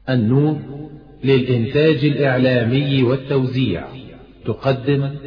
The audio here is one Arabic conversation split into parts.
النور للإنتاج الإعلامي والتوزيع تقدم.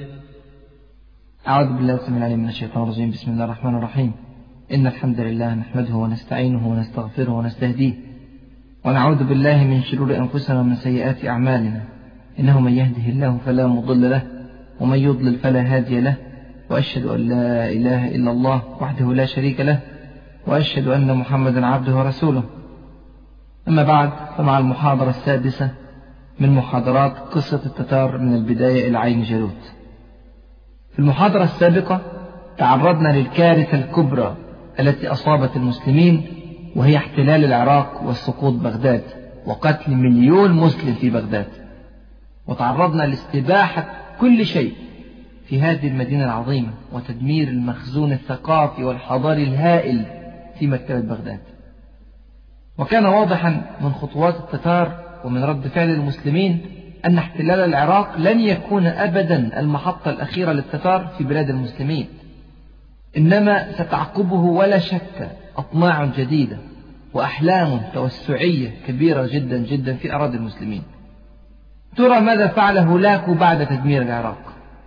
أعوذ بالله السميع العليم من الشيطان الرجيم. بسم الله الرحمن الرحيم. إن الحمد لله نحمده ونستعينه ونستغفره ونستهديه، ونعوذ بالله من شرور أنفسنا ومن سيئات أعمالنا. إنه من يهده الله فلا مضل له، ومن يضلل فلا هادي له، وأشهد أن لا إله إلا الله وحده لا شريك له، وأشهد أن محمدا عبده ورسوله. أما بعد، فمع المحاضرة السادسة من محاضرات قصة التتار من البداية إلى عين جالوت. في المحاضرة السابقة تعرضنا للكارثة الكبرى التي أصابت المسلمين، وهي احتلال العراق وسقوط بغداد وقتل 1,000,000 مسلم في بغداد، وتعرضنا لاستباحة كل شيء في هذه المدينة العظيمة وتدمير المخزون الثقافي والحضاري الهائل في مكتبة بغداد. وكان واضحا من خطوات التتار ومن رد فعل المسلمين أن احتلال العراق لن يكون أبدا المحطة الأخيرة للتتار في بلاد المسلمين، إنما ستعقبه ولا شك أطماع جديدة وأحلام توسعية كبيرة جدا جدا في أراضي المسلمين. ترى ماذا فعل هولاكو بعد تدمير العراق؟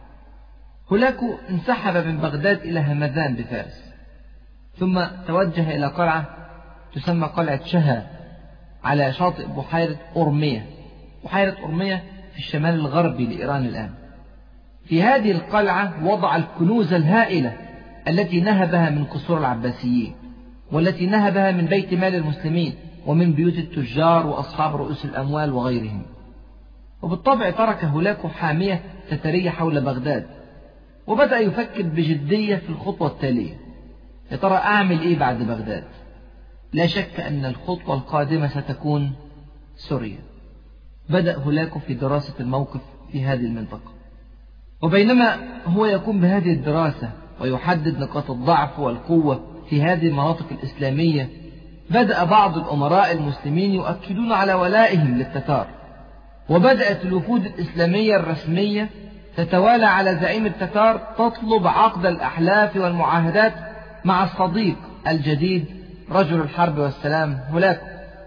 هولاكو انسحب من بغداد إلى همذان بفارس، ثم توجه إلى قلعة تسمى قلعة شها على شاطئ بحيرة أورمية. بحيرة أورمية في الشمال الغربي لإيران الآن. في هذه القلعة وضع الكنوز الهائلة التي نهبها من قصور العباسيين، والتي نهبها من بيت مال المسلمين ومن بيوت التجار وأصحاب رؤوس الأموال وغيرهم. وبالطبع ترك هولاكو حامية تترية حول بغداد، وبدأ يفكر بجدية في الخطوة التالية: يا ترى أعمل إيه بعد بغداد؟ لا شك أن الخطوة القادمة ستكون سوريا. بدأ هولاكو في دراسة الموقف في هذه المنطقة، وبينما هو يقوم بهذه الدراسة ويحدد نقاط الضعف والقوة في هذه المناطق الإسلامية، بدأ بعض الأمراء المسلمين يؤكدون على ولائهم للتتار، وبدأت الوفود الإسلامية الرسمية تتوالى على زعيم التتار تطلب عقد الأحلاف والمعاهدات مع الصديق الجديد رجل الحرب والسلام هولاكو.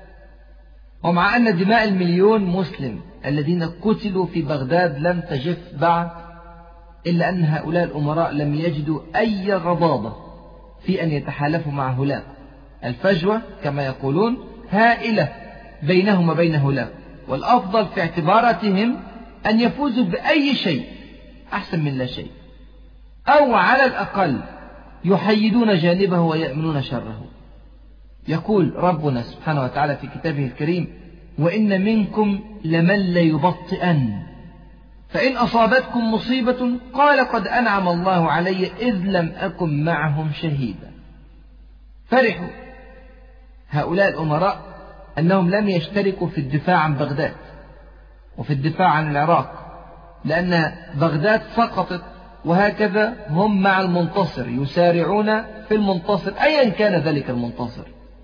ومع أن دماء 1,000,000 مسلم الذين قتلوا في بغداد لم تجف بعد، إلا أن هؤلاء الأمراء لم يجدوا أي غضاضة في أن يتحالفوا مع هولاكو. الفجوة كما يقولون هائلة بينهم وبين هولاكو، والأفضل في اعتباراتهم أن يفوزوا بأي شيء أحسن من لا شيء، أو على الأقل يحيدون جانبه ويأمنون شره. يقول ربنا سبحانه وتعالى في كتابه الكريم: وإن منكم لمن ليبطئن فإن أصابتكم مصيبة قال قد أنعم الله علي إذ لم أكن معهم شهيدا. فرحوا هؤلاء الأمراء أنهم لم يشتركوا في الدفاع عن بغداد وفي الدفاع عن العراق، لأن بغداد سقطت، وهكذا هم مع المنتصر يسارعون في المنتصر أيا كان ذلك المنتصر.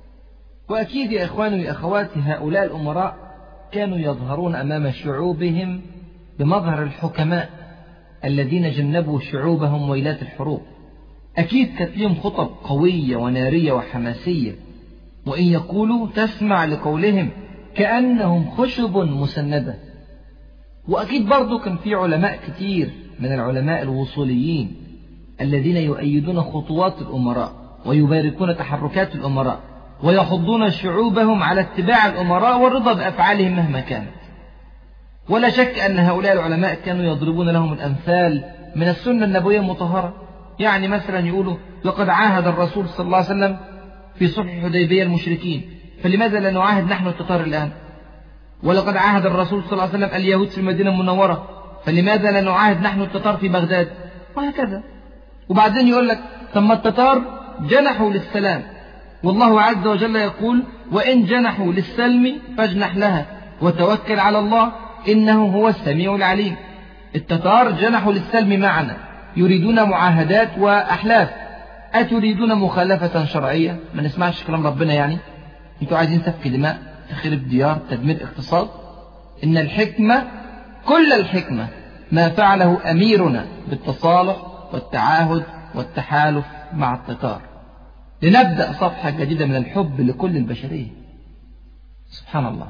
وأكيد يا إخواني وأخواتي هؤلاء الأمراء كانوا يظهرون أمام شعوبهم بمظهر الحكماء الذين جنبوا شعوبهم ويلات الحروب. أكيد كانت لهم خطب قوية ونارية وحماسية، وإن يقولوا تسمع لقولهم كأنهم خشب مسندة. وأكيد برضو كان في علماء كتير من العلماء الوصوليين الذين يؤيدون خطوات الأمراء ويباركون تحركات الأمراء ويحضون شعوبهم على اتباع الأمراء والرضا بأفعالهم مهما كانت. ولا شك أن هؤلاء العلماء كانوا يضربون لهم الأمثال من السنة النبوية المطهرة. يعني مثلا يقولوا: لقد عاهد الرسول صلى الله عليه وسلم في صلح الحديبية المشركين، فلماذا لا نعاهد نحن التتار الآن؟ ولقد عاهد الرسول صلى الله عليه وسلم اليهود في المدينة المنورة، فلماذا لا نعاهد نحن التتار في بغداد؟ وهكذا. وبعدين يقول لك: ثم التتار جنحوا للسلام، والله عز وجل يقول: وإن جنحوا للسلم فاجنح لها وتوكل على الله إنه هو السميع العليم. التتار جنحوا للسلم معنا، يريدون معاهدات وأحلاف. أتريدون مخالفة شرعية؟ ما نسمعش كلام ربنا يعني؟ أنتوا عايزين سفك دماء، تخرب ديار، تدمير اقتصاد؟ إن الحكمة كل الحكمة ما فعله أميرنا بالتصالح والتعاهد والتحالف مع التتار، لنبدأ صفحة جديدة من الحب لكل البشرية. سبحان الله.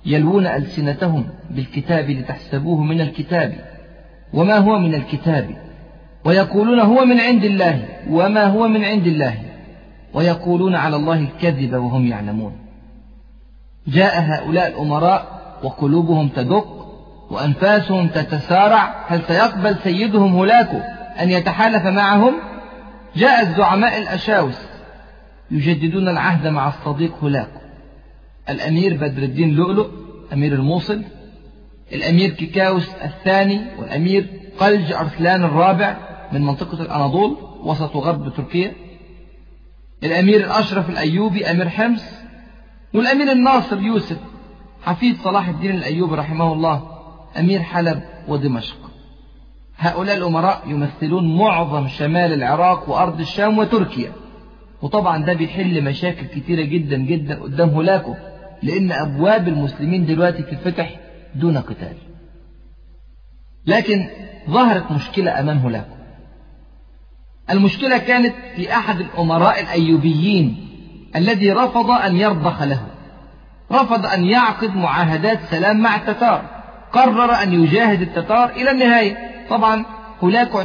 يلوون ألسنتهم بالكتاب لتحسبوه من الكتاب وما هو من الكتاب ويقولون هو من عند الله وما هو من عند الله ويقولون على الله الكذب وهم يعلمون. جاء هؤلاء الأمراء وقلوبهم تدق وأنفاسهم تتسارع، هل سيقبل سيدهم هولاكو أن يتحالف معهم؟ جاء الزعماء الأشاوس يجددون العهد مع الصديق هولاكو، الأمير بدر الدين لؤلؤ أمير الموصل، الأمير كيكاوس الثاني، والأمير قلج أرسلان الرابع من منطقة الأناضول وسط وغرب تركيا، الأمير الأشرف الأيوبي أمير حمص، والأمير الناصر يوسف حفيد صلاح الدين الأيوبي رحمه الله أمير حلب ودمشق. هؤلاء الأمراء يمثلون معظم شمال العراق وأرض الشام وتركيا، وطبعا ده بيحل مشاكل كتيرة جدا جدا قدام هولاكو، لأن أبواب المسلمين دلوقتي تتفتح دون قتال. لكن ظهرت مشكلة أمام هولاكو. المشكلة كانت في أحد الأمراء الأيوبيين الذي رفض أن يرضخ له، رفض أن يعقد معاهدات سلام مع التتار، قرر أن يجاهد التتار إلى النهاية. طبعا هولاكو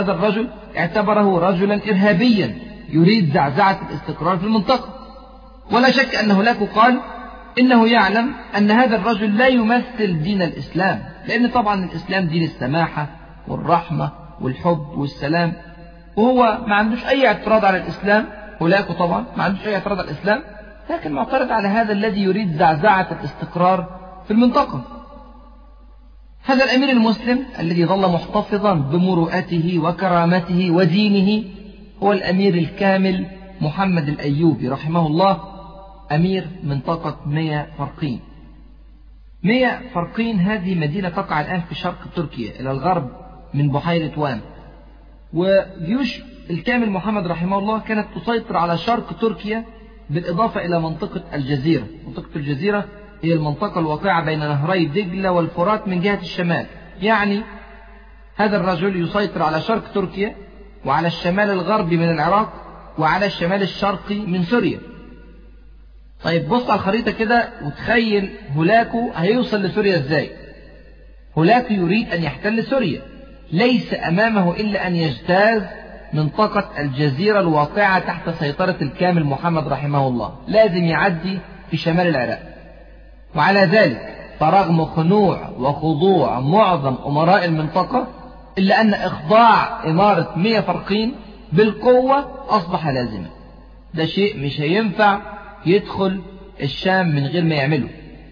اعتبره رجلا إرهابيا يريد زعزعة الاستقرار في المنطقة. ولا شك أن هولاكو قال إنه يعلم أن هذا الرجل لا يمثل دين الإسلام، لأن طبعا الإسلام دين السماحة والرحمة والحب والسلام، وهو ما عندوش أي اعتراض على الإسلام. هولاكو طبعا ما عندوش أي اعتراض على الإسلام، لكن معترض على هذا الذي يريد زعزعة الاستقرار في المنطقة. هذا الأمير المسلم الذي ظل محتفظا بمروءته وكرامته ودينه هو الأمير الكامل محمد الأيوبي رحمه الله، أمير منطقة ميا فرقين. ميا فرقين هذه مدينة تقع الآن في شرق تركيا إلى الغرب من بحيرة وان، وجيوش الكامل محمد رحمه الله كانت تسيطر على شرق تركيا بالإضافة إلى منطقة الجزيرة. منطقة الجزيرة هي المنطقة الواقعة بين نهري دجلة والفرات من جهة الشمال، يعني هذا الرجل يسيطر على شرق تركيا وعلى الشمال الغربي من العراق وعلى الشمال الشرقي من سوريا. طيب بص على الخريطة كده وتخيل هولاكو هيوصل لسوريا ازاي. هولاكو يريد أن يحتل سوريا، ليس أمامه إلا أن يجتاز منطقة الجزيرة الواقعة تحت سيطرة الكامل محمد رحمه الله، لازم يعدي في شمال العراق. وعلى ذلك فرغم خنوع وخضوع معظم أمراء المنطقة إلا أن إخضاع إمارة ميا فرقين بالقوة أصبح لازما. ده شيء مش هينفع يدخل الشام من غير ما يعمله.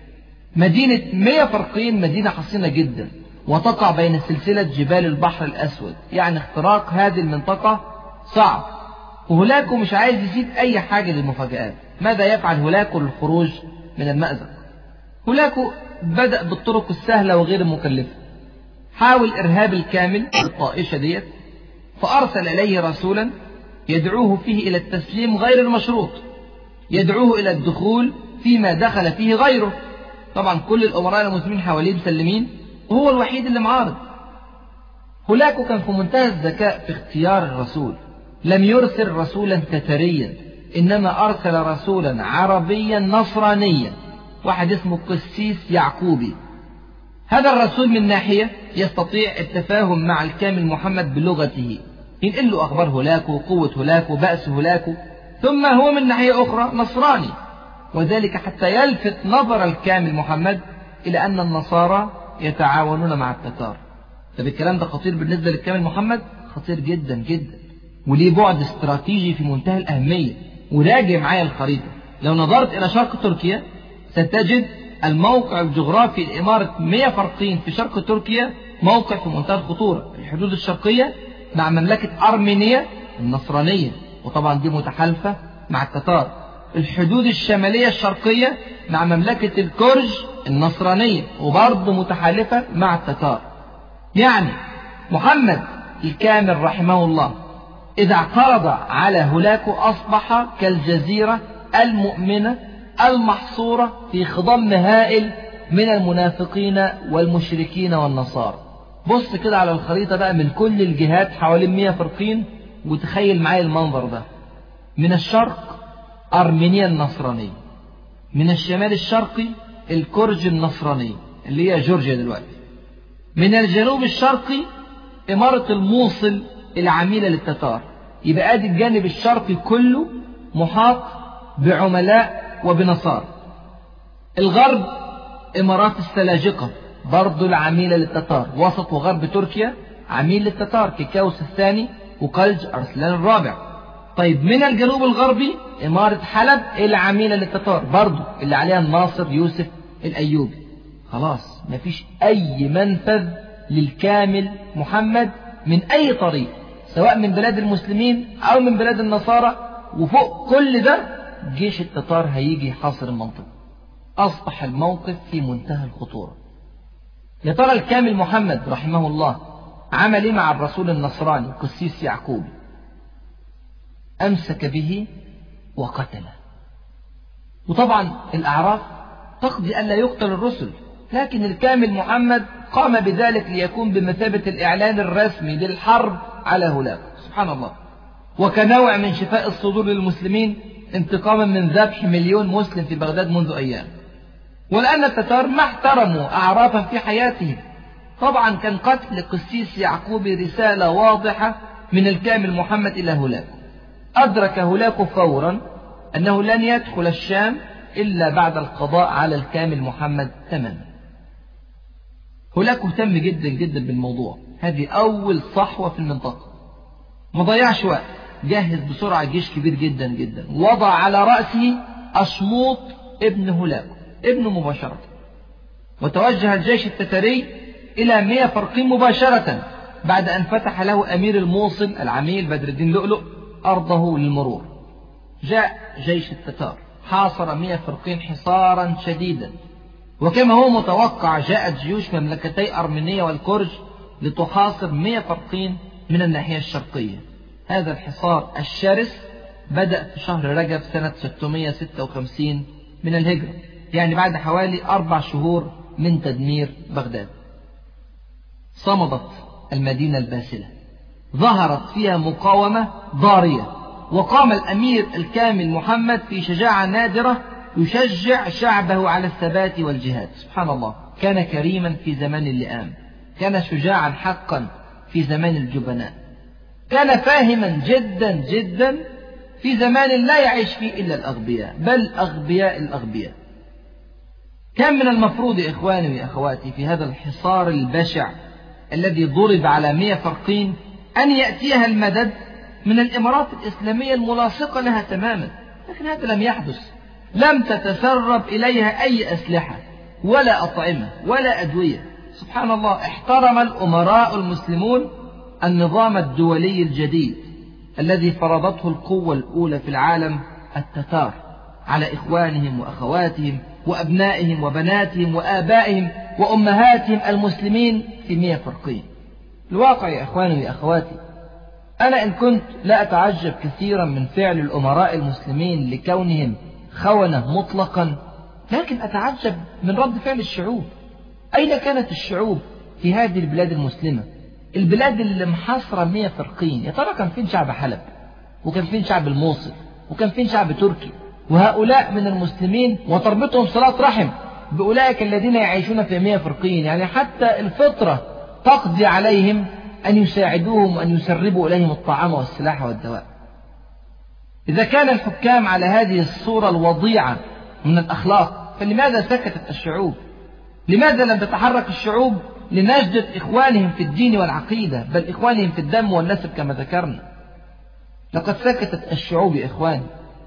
مدينة ميا فرقين مدينة حصينة جدا وتقع بين سلسلة جبال البحر الأسود، يعني اختراق هذه المنطقة صعب، وهولاكو مش عايز يزيد أي حاجة للمفاجآت. ماذا يفعل هولاكو للخروج من المأزق؟ هولاكو بدأ بالطرق السهلة وغير المكلفة، حاول إرهاب الكامل الطائشة ديت، فأرسل إليه رسولا يدعوه فيه إلى التسليم غير المشروط، يدعوه إلى الدخول فيما دخل فيه غيره. طبعا كل الأمراء المسلمين حواليه مسلمين وهو الوحيد اللي معارض. هولاكو كان في منتهى الذكاء في اختيار الرسول، لم يرسل رسولا تتريا، إنما أرسل رسولا عربيا نصرانيا، واحد اسمه قسيس يعقوبي. هذا الرسول من ناحية يستطيع التفاهم مع الكامل محمد بلغته، ينقل له أخبار هولاكو، قوة هولاكو، بأس هولاكو، ثم هو من ناحية أخرى نصراني، وذلك حتى يلفت نظر الكامل محمد إلى أن النصارى يتعاونون مع التتار. طب الكلام ده خطير بالنسبة للكامل محمد؟ خطير جدا جدا، وليه بعد استراتيجي في منتهى الأهمية. وراجع معايا الخريطة، لو نظرت إلى شرق تركيا ستجد الموقع الجغرافي لإمارة ميا فرقين في شرق تركيا موقع في منتهى الخطورة. الحدود الشرقية مع مملكة أرمينيا النصرانية، وطبعا دي متحالفة مع التتار. الحدود الشمالية الشرقية مع مملكة الكرج النصرانية وبرضه متحالفة مع التتار. يعني محمد الكامل رحمه الله إذا اعترض على هولاكو أصبح كالجزيرة المؤمنة المحصورة في خضم هائل من المنافقين والمشركين والنصارى. بص كده على الخريطة بقى من كل الجهات حوالين ميا فرقين، وتخيل معايا المنظر ده. من الشرق أرمينيا النصرانية، من الشمال الشرقي الكرج النصرانية اللي هي جورجيا دلوقتي. من الجنوب الشرقي إمارة الموصل العميلة للتتار. يبقى ادي الجانب الشرقي كله محاط بعملاء وبنصارى. الغرب إمارات السلاجقة برضو العميلة للتتار. وسط وغرب تركيا عميل للتتار، كيكاوس الثاني وقلج أرسلان الرابع. طيب من الجنوب الغربي إمارة حلب العميلة للتتار برضو اللي عليها الناصر يوسف الأيوبي. خلاص مفيش أي منفذ للكامل محمد من أي طريق، سواء من بلاد المسلمين أو من بلاد النصارى. وفوق كل ده جيش التتار هيجي يحاصر المنطقة. أصبح الموقف في منتهى الخطورة. يا ترى الكامل محمد رحمه الله عمل ايه مع الرسول النصراني القسيس يعقوب؟ أمسك به وقتله. وطبعا الأعراف تقضي ألا يقتل الرسل، لكن الكامل محمد قام بذلك ليكون بمثابة الإعلان الرسمي للحرب على هولاكو. سبحان الله. وكنوع من شفاء الصدور للمسلمين انتقاما من ذبح 1,000,000 مسلم في بغداد منذ أيام. ولأن التتار ما احترموا أعرافا في حياتهم. طبعا كان قتل قسيس يعقوب رسالة واضحة من الكامل محمد إلى هولاكو. أدرك هولاكو فورا أنه لن يدخل الشام إلا بعد القضاء على الكامل محمد تماما. هولاكو اهتم جدا جدا بالموضوع. هذه أول صحوة في المنطقة. ما ضيعش وقت، جهز بسرعة جيش كبير جدا جدا، وضع على رأسه أشموط ابن هولاكو ابنه مباشرة. وتوجه الجيش التتري إلى 100 فرقين مباشرة بعد أن فتح له أمير الموصل العميل بدر الدين لؤلؤ أرضه للمرور. جاء جيش التتار حاصر 100 فرقين حصارا شديدا، وكما هو متوقع جاءت جيوش مملكتي أرمينيا والكرج لتحاصر 100 فرقين من الناحية الشرقية. هذا الحصار الشرس بدأ في شهر رجب سنة 656 من الهجرة، يعني بعد حوالي 4 شهور من تدمير بغداد. صمدت المدينة الباسلة، ظهرت فيها مقاومة ضارية، وقام الأمير الكامل محمد في شجاعة نادرة يشجع شعبه على الثبات والجهاد. سبحان الله. كان كريما في زمان اللئام، كان شجاعا حقا في زمان الجبناء، كان فاهما جدا جدا في زمان لا يعيش فيه إلا الأغبياء، بل أغبياء الأغبياء. كان من المفروض يا إخواني وأخواتي في هذا الحصار البشع الذي ضرب على 100 فرقين أن يأتيها المدد من الإمارات الإسلامية الملاصقة لها تماما، لكن هذا لم يحدث. لم تتسرب إليها أي أسلحة ولا أطعمة ولا أدوية. سبحان الله. احترم الأمراء المسلمون النظام الدولي الجديد الذي فرضته القوة الأولى في العالم التتار على إخوانهم وأخواتهم وأبنائهم وبناتهم وآبائهم وأمهاتهم المسلمين في 100 فرقين. الواقع يا إخواني وأخواتي، أنا إن كنت لا أتعجب كثيرا من فعل الأمراء المسلمين لكونهم خونة مطلقا، لكن أتعجب من رد فعل الشعوب. أين كانت الشعوب في هذه البلاد المسلمة، البلاد اللي محاصرة 100 فرقين؟ يا ترى كان فين شعب حلب، وكان فين شعب الموصل، وكان فين شعب تركي؟ وهؤلاء من المسلمين وتربطهم صلة رحم بأولئك الذين يعيشون في 100 فرقين، يعني حتى الفطرة تقضي عليهم أن يساعدوهم وأن يسربوا إليهم الطعام والسلاح والدواء. إذا كان الحكام على هذه الصورة الوضيعة من الأخلاق، فلماذا سكتت الشعوب؟ لماذا لم تتحرك الشعوب لنجدة إخوانهم في الدين والعقيدة، بل إخوانهم في الدم والنسب كما ذكرنا؟ لقد سكتت الشعوب يا إخواني،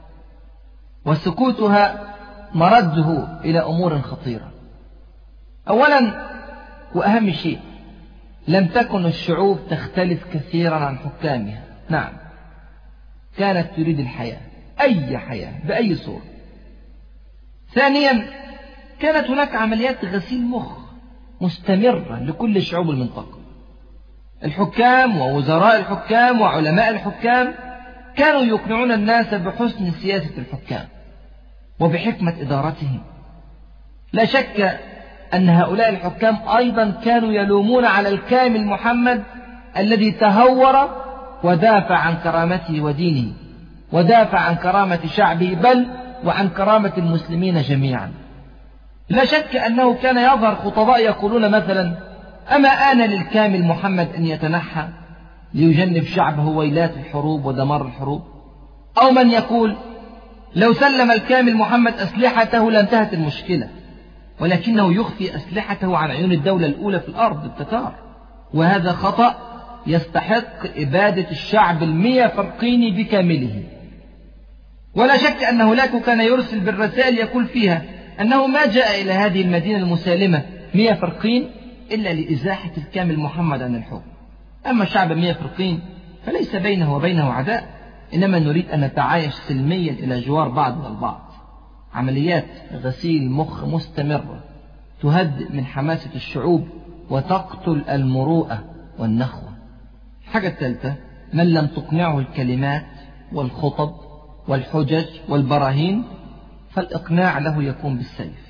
وسكوتها مرده إلى أمور خطيرة. أولا وأهم شيء، لم تكن الشعوب تختلف كثيرا عن حكامها. نعم، كانت تريد الحياة، أي حياة بأي صورة. ثانيا، كانت هناك عمليات غسيل مخ مستمرة لكل شعوب المنطقة. الحكام ووزراء الحكام وعلماء الحكام كانوا يقنعون الناس بحسن سياسة الحكام وبحكمة إدارتهم. لا شك أن هؤلاء الحكام أيضا كانوا يلومون على الكامل محمد الذي تهور ودافع عن كرامته ودينه، ودافع عن كرامة شعبه، بل وعن كرامة المسلمين جميعا. لا شك أنه كان يظهر خطباء يقولون مثلا: أما آن للكامل محمد أن يتنحى ليجنب شعبه ويلات الحروب ودمار الحروب؟ أو من يقول: لو سلم الكامل محمد أسلحته لانتهت المشكلة، ولكنه يخفي أسلحته عن عيون الدولة الأولى في الأرض التتار، وهذا خطأ يستحق إبادة الشعب 100 فرقيني بكامله. ولا شك أن هولاكو كان يرسل بالرسائل يقول فيها أنه ما جاء إلى هذه المدينة المسالمة 100 فرقين إلا لإزاحة الكامل محمد عن الحكم. أما الشعب 100 فرقين فليس بينه وبينه عداء، إنما نريد أن نتعايش سلميا إلى جوار بعضنا البعض. عمليات غسيل مخ مستمرة تهدئ من حماسة الشعوب وتقتل المروءة والنخوة. الحاجة الثالثة: من لم تقنعه الكلمات والخطب والحجج والبراهين فالإقناع له يكون بالسيف.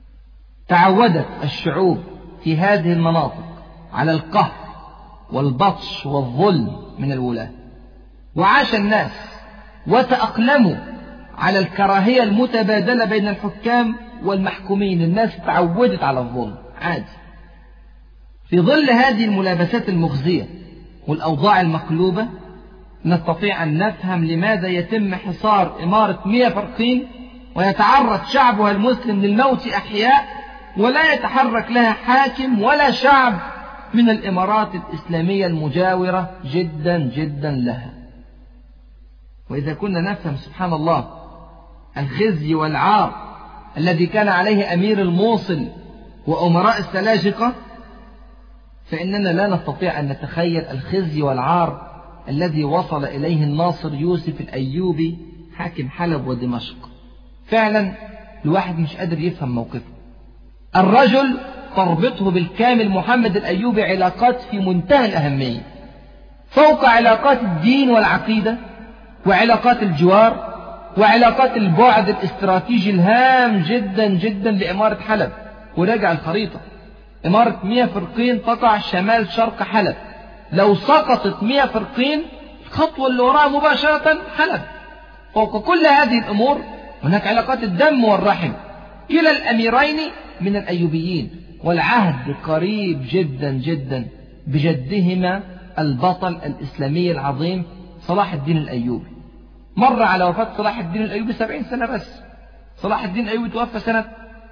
تعودت الشعوب في هذه المناطق على القهر والبطش والظلم من الولاة، وعاش الناس وتأقلموا على الكراهية المتبادلة بين الحكام والمحكومين. الناس تعودت على الظلم عادي. في ظل هذه الملابسات المخزية والأوضاع المقلوبة نستطيع أن نفهم لماذا يتم حصار إمارة 100 فرقين ويتعرض شعبها المسلم للموت أحياء، ولا يتحرك لها حاكم ولا شعب من الإمارات الإسلامية المجاورة جدا جدا لها. وإذا كنا نفهم سبحان الله الخزي والعار الذي كان عليه أمير الموصل وأمراء السلاجقة، فإننا لا نستطيع أن نتخيل الخزي والعار الذي وصل إليه الناصر يوسف الأيوبي حاكم حلب ودمشق. فعلا الواحد مش قادر يفهم موقفه. الرجل تربطه بالكامل محمد الأيوبي علاقات في منتهى الأهمية، فوق علاقات الدين والعقيدة وعلاقات الجوار وعلاقات البعد الاستراتيجي الهام جدا جدا لإمارة حلب. وراجع الخريطة، إمارة 100 فرقين تقع شمال شرق حلب. لو سقطت 100 فرقين الخطوة اللي وراها مباشرة حلب. فوق كل هذه الأمور هناك علاقات الدم والرحم. كلا الأميرين من الأيوبيين، والعهد قريب جدا جدا بجدهما البطل الإسلامي العظيم صلاح الدين الأيوبي. مر على وفاة صلاح الدين الأيوبي 70 سنة بس. صلاح الدين الأيوبي توفى سنة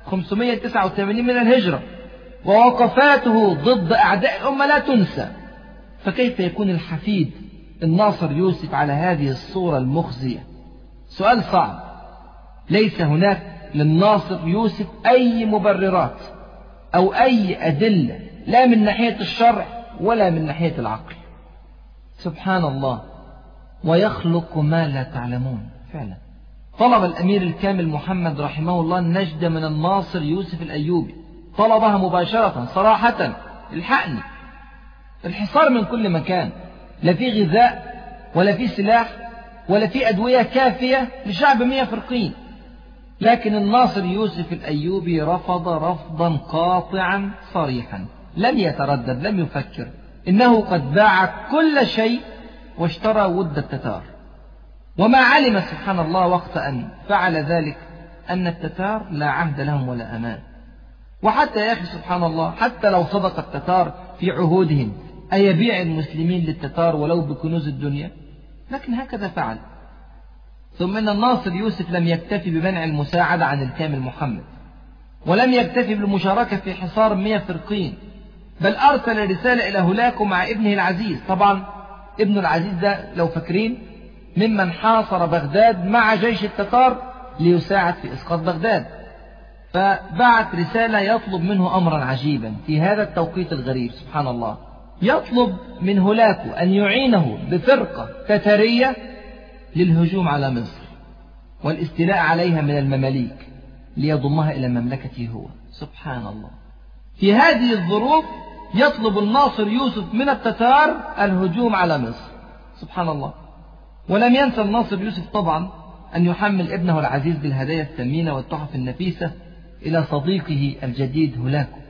589 من الهجرة، ووقفاته ضد أعداء الأمة لا تنسى. فكيف يكون الحفيد الناصر يوسف على هذه الصورة المخزية؟ سؤال صعب. ليس هناك للناصر يوسف أي مبررات أو أي أدلة، لا من ناحية الشرع ولا من ناحية العقل. سبحان الله، ويخلق ما لا تعلمون. فعلا طلب الأمير الكامل محمد رحمه الله النجدة من الناصر يوسف الأيوبي، طلبها مباشرة صراحة: الحقني. الحصار من كل مكان، لا في غذاء ولا في سلاح ولا في أدوية كافية لشعب 100 فرقين. لكن الناصر يوسف الأيوبي رفض رفضا قاطعا صريحا، لم يتردد، لم يفكر. إنه قد باع كل شيء واشترى ود التتار. وما علم سبحان الله وقت أن فعل ذلك أن التتار لا عهد لهم ولا أمان. وحتى يا أخي سبحان الله، حتى لو صدق التتار في عهودهم أيبيع المسلمين للتتار ولو بكنوز الدنيا؟ لكن هكذا فعل. ثم أن الناصر يوسف لم يكتفي بمنع المساعدة عن الكامل محمد، ولم يكتفي بالمشاركة في حصار 100 فرقين، بل أرسل رسالة إلى هولاكو مع ابنه العزيز. طبعا ابن العزيز ده لو فاكرين ممن حاصر بغداد مع جيش التتار ليساعد في إسقاط بغداد. فبعت رسالة يطلب منه أمرا عجيبا في هذا التوقيت الغريب. سبحان الله، يطلب من هولاكو أن يعينه بفرقة تتارية للهجوم على مصر والاستيلاء عليها من المماليك ليضمها إلى مملكته هو. سبحان الله، في هذه الظروف يطلب الناصر يوسف من التتار الهجوم على مصر. سبحان الله. ولم ينسى الناصر يوسف طبعا أن يحمل ابنه العزيز بالهدايا الثمينة والتحف النفيسة إلى صديقه الجديد هولاكو.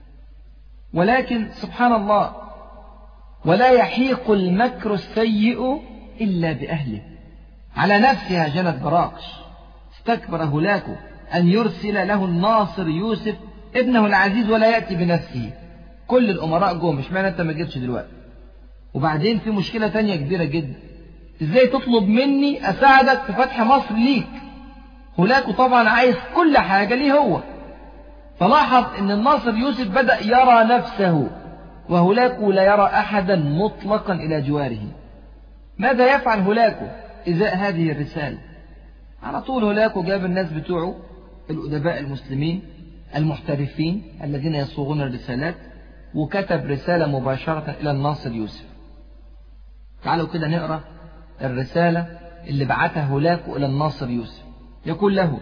ولكن سبحان الله، ولا يحيق المكر السيء إلا بأهله. على نفسها جنت براقش. استكبر هولاكو أن يرسل له الناصر يوسف ابنه العزيز ولا يأتي بنفسه. كل الأمراء جم، مش معنى أنت ما جيتش دلوقتي. وبعدين في مشكلة تانية كبيرة جدا، إزاي تطلب مني أساعدك في فتح مصر ليك؟ هولاكو طبعا عايز كل حاجة ليه هو. فلاحظ أن الناصر يوسف بدأ يرى نفسه، وهولاكو لا يرى أحدا مطلقا إلى جواره. ماذا يفعل هولاكو إزاء هذه الرسالة؟ على طول هولاكو جاب الناس بتوعه الأدباء المسلمين المحترفين الذين يصوغون الرسالات، وكتب رسالة مباشرة إلى الناصر يوسف. تعالوا كده نقرأ الرسالة اللي بعتها هولاكو إلى الناصر يوسف. يقول له: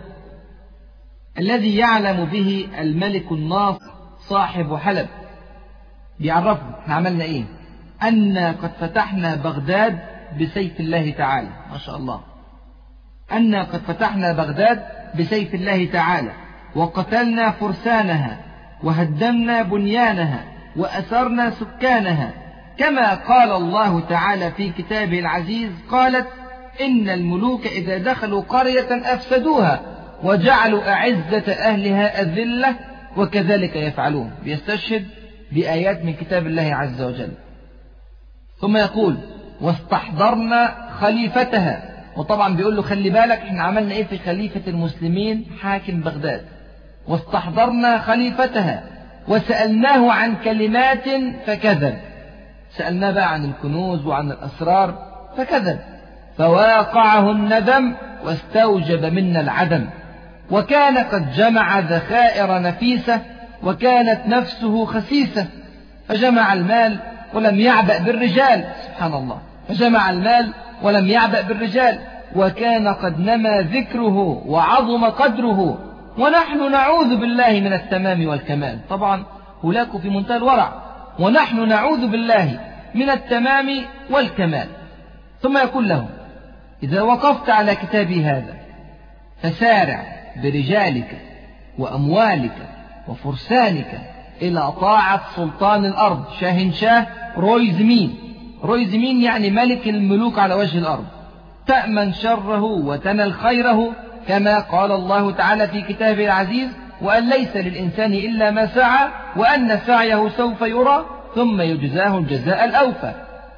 الذي يعلم به الملك الناصر صاحب حلب، بيعرفه احنا عملنا ايه، أن قد فتحنا بغداد بسيف الله تعالى. ما شاء الله، أن قد فتحنا بغداد بسيف الله تعالى، وقتلنا فرسانها، وهدمنا بنيانها، وأسرنا سكانها، كما قال الله تعالى في كتابه العزيز: قالت إن الملوك إذا دخلوا قرية أفسدوها وجعلوا أعزة أهلها أذلة وكذلك يفعلون. بيستشهد بآيات من كتاب الله عز وجل. ثم يقول: واستحضرنا خليفتها. وطبعا بيقول له خلي بالك احنا عملنا ايه في خليفة المسلمين حاكم بغداد. واستحضرنا خليفتها وسألناه عن كلمات فكذب. سألناه بقى عن الكنوز وعن الأسرار فكذب، فواقعه الندم واستوجب منا العدم. وكان قد جمع ذخائر نفيسة، وكانت نفسه خسيسة، فجمع المال ولم يعبأ بالرجال. سبحان الله، فجمع المال ولم يعبأ بالرجال، وكان قد نمى ذكره وعظم قدره، ونحن نعوذ بالله من التمام والكمال. طبعا هولاكو في منتهى الورع، ونحن نعوذ بالله من التمام والكمال. ثم يقول له: إذا وقفت على كتابي هذا فسارع برجالك وأموالك وفرسانك إلى طاعة سلطان الأرض شاهنشاه رويزمين. رويزمين يعني ملك الملوك على وجه الأرض، تأمن شره وتنل خيره، كما قال الله تعالى في كتابه العزيز: وأن ليس للإنسان إلا ما سعى وأن سعيه سوف يرى ثم يجزاه الجزاء الأوفى.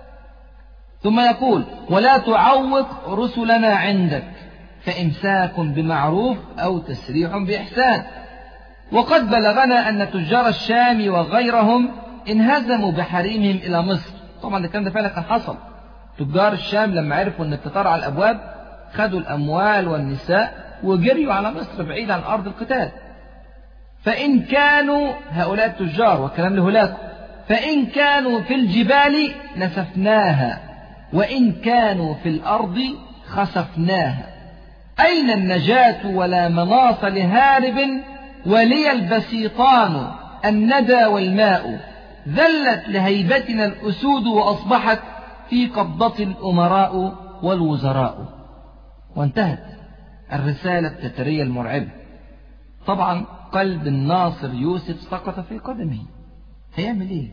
ثم يقول: ولا تعوق رسلنا عندك، فإمساك بمعروف أو تسريح بإحسان. وقد بلغنا أن تجار الشام وغيرهم انهزموا بحريمهم إلى مصر. طبعا الكلام ده فعلا كان حصل. تجار الشام لما عرفوا أن التتار على الأبواب خدوا الأموال والنساء وجريوا على مصر بعيد عن أرض القتال. فإن كانوا هؤلاء التجار، وكلام لهولاكو، فإن كانوا في الجبال نسفناها، وإن كانوا في الأرض خسفناها. أين النجاة ولا مناص لهارب، ولي البسيطان الندى والماء، ذلت لهيبتنا الأسود وأصبحت في قبضة الأمراء والوزراء. وانتهت الرسالة التترية المرعبة. طبعا قلب الناصر يوسف سقط في قدمه. هيعمل ايه؟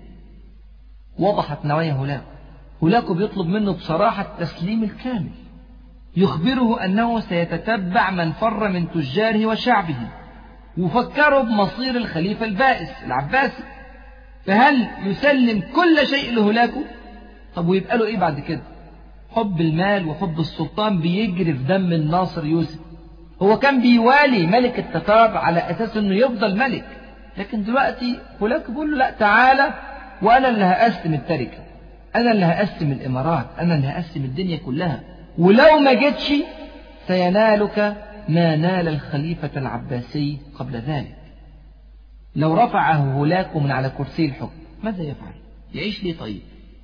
وضحت نوايا هولاكو. هولاكو بيطلب منه بصراحة التسليم الكامل، يخبره أنه سيتتبع من فر من تجاره وشعبه، وفكروا بمصير الخليفة البائس العباسي. فهل يسلم كل شيء لهولاكو؟ طب ويبقى له ايه بعد كده؟ حب المال وحب السلطان بيجري في دم الناصر يوسف. هو كان بيوالي ملك التتار على أساس أنه يفضل ملك، لكن دلوقتي هولاكو بيقول له لا، تعالى وأنا اللي هقسم التركة، أنا اللي هقسم الإمارات، أنا اللي هقسم الدنيا كلها، ولو ما جتش سينالك ما نال الخليفة العباسي قبل ذلك. لو رفعه هولاكو من على كرسي الحكم ماذا يفعل؟ يعيش ليه طيب؟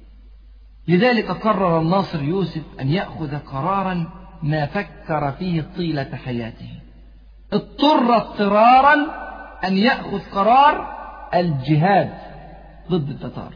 لذلك قرر الناصر يوسف أن يأخذ قرارا ما فكر فيه طيلة حياته. اضطر اضطرارا أن يأخذ قرار الجهاد ضد التتار.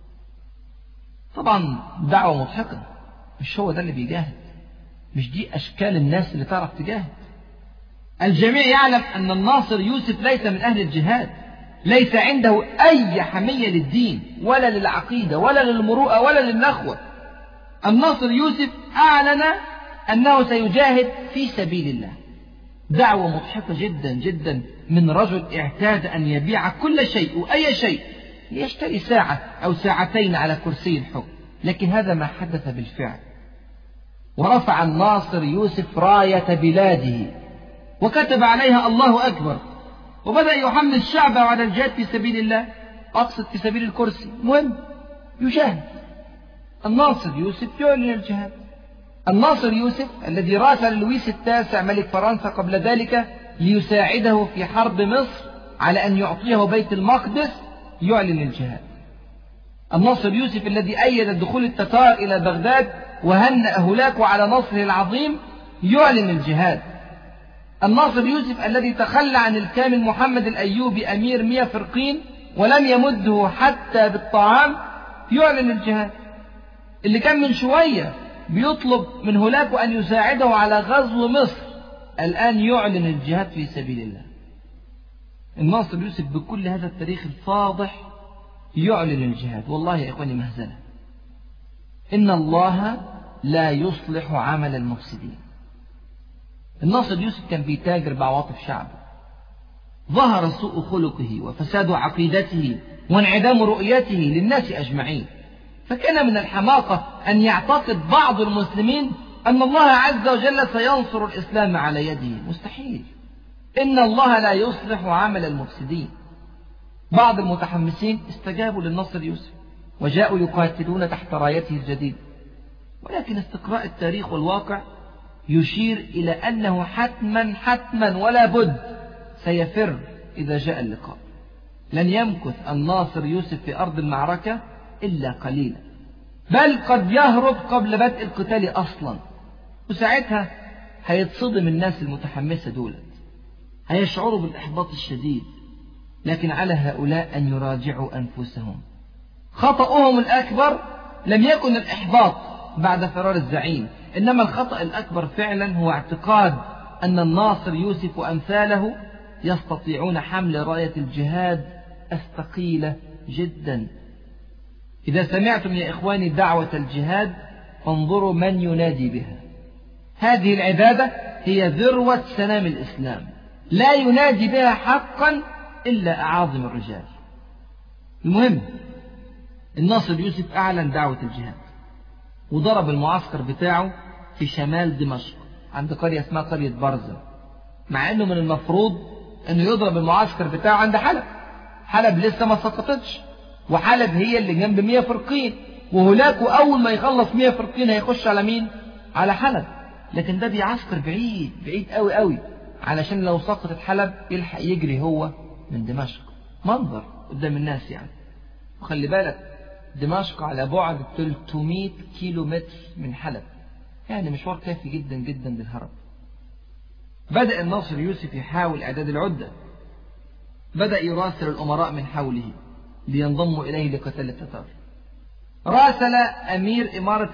طبعا دعوة مضحكة، مش هو ده اللي بيجاهد، مش دي أشكال الناس اللي تعرف تجاهد. الجميع يعلم أن الناصر يوسف ليس من أهل الجهاد، ليس عنده أي حمية للدين ولا للعقيدة ولا للمروءة ولا للنخوة. الناصر يوسف أعلن أنه سيجاهد في سبيل الله، دعوة مضحكة جدا جدا من رجل اعتاد أن يبيع كل شيء وأي شيء ليشتري ساعة أو ساعتين على كرسي الحكم، لكن هذا ما حدث بالفعل. ورفع الناصر يوسف راية بلاده وكتب عليها الله أكبر، وبدأ يحمل الشعب على الجهاد في سبيل الله، أقصد في سبيل الكرسي، مهم يجاهد. الناصر يوسف يعلن الجهاد. الناصر يوسف الذي راسل لويس التاسع ملك فرنسا قبل ذلك ليساعده في حرب مصر على أن يعطيه بيت المقدس يعلن الجهاد. الناصر يوسف الذي أيد دخول التتار إلى بغداد وهنأ هولاكو على نصره العظيم يعلن الجهاد. الناصر يوسف الذي تخلى عن الكامل محمد الأيوبي أمير 100 فرقين ولم يمده حتى بالطعام يعلن الجهاد. اللي كان من شوية بيطلب من هولاكو أن يساعده على غزو مصر الآن يعلن الجهاد في سبيل الله. الناصر يوسف بكل هذا التاريخ الفاضح يعلن الجهاد. والله يا إخواني مهزلة. إن الله لا يصلح عمل المفسدين. الناصر يوسف كان بيتاجر بعواطف شعبه، ظهر سوء خلقه وفساد عقيدته وانعدام رؤيته للناس أجمعين، فكان من الحماقة أن يعتقد بعض المسلمين أن الله عز وجل سينصر الإسلام على يده. مستحيل. إن الله لا يصلح عمل المفسدين. بعض المتحمسين استجابوا للناصر يوسف وجاءوا يقاتلون تحت رايته الجديدة، ولكن استقراء التاريخ والواقع يشير إلى أنه حتما ولا بد سيفر إذا جاء اللقاء. لن يمكث الناصر يوسف في أرض المعركة إلا قليلا، بل قد يهرب قبل بدء القتال أصلا، وساعتها هيتصدم الناس المتحمسة دولت، هيشعروا بالإحباط الشديد. لكن على هؤلاء أن يراجعوا أنفسهم. خطأهم الأكبر لم يكن الإحباط بعد فرار الزعيم، إنما الخطأ الأكبر فعلا هو اعتقاد أن الناصر يوسف وأمثاله يستطيعون حمل راية الجهاد الثقيلة جدا. إذا سمعتم يا إخواني دعوة الجهاد فانظروا من ينادي بها. هذه العبادة هي ذروة سنام الإسلام، لا ينادي بها حقا إلا أعاظم الرجال. المهم الناصر يوسف أعلن دعوة الجهاد وضرب المعسكر بتاعه في شمال دمشق عند قرية اسمها قرية برزة، مع أنه من المفروض أنه يضرب المعسكر بتاعه عند حلب. حلب لسه ما سقطتش، وحلب هي اللي جنب 100 فرقين، وهولاكو أول ما يخلص 100 فرقين هيخش على مين؟ على حلب. لكن ده بيعسكر بعيد قوي قوي، علشان لو سقطت حلب يلحق يجري هو من دمشق. منظر قدام الناس يعني. وخلي بالك دمشق على بعد 300 كيلو متر من حلب، يعني مشوار كافي جدا جدا للهرب. بدأ الناصر يوسف يحاول إعداد العدة، بدأ يراسل الأمراء من حوله لينضموا إليه لقتال التتار. راسل أمير إمارة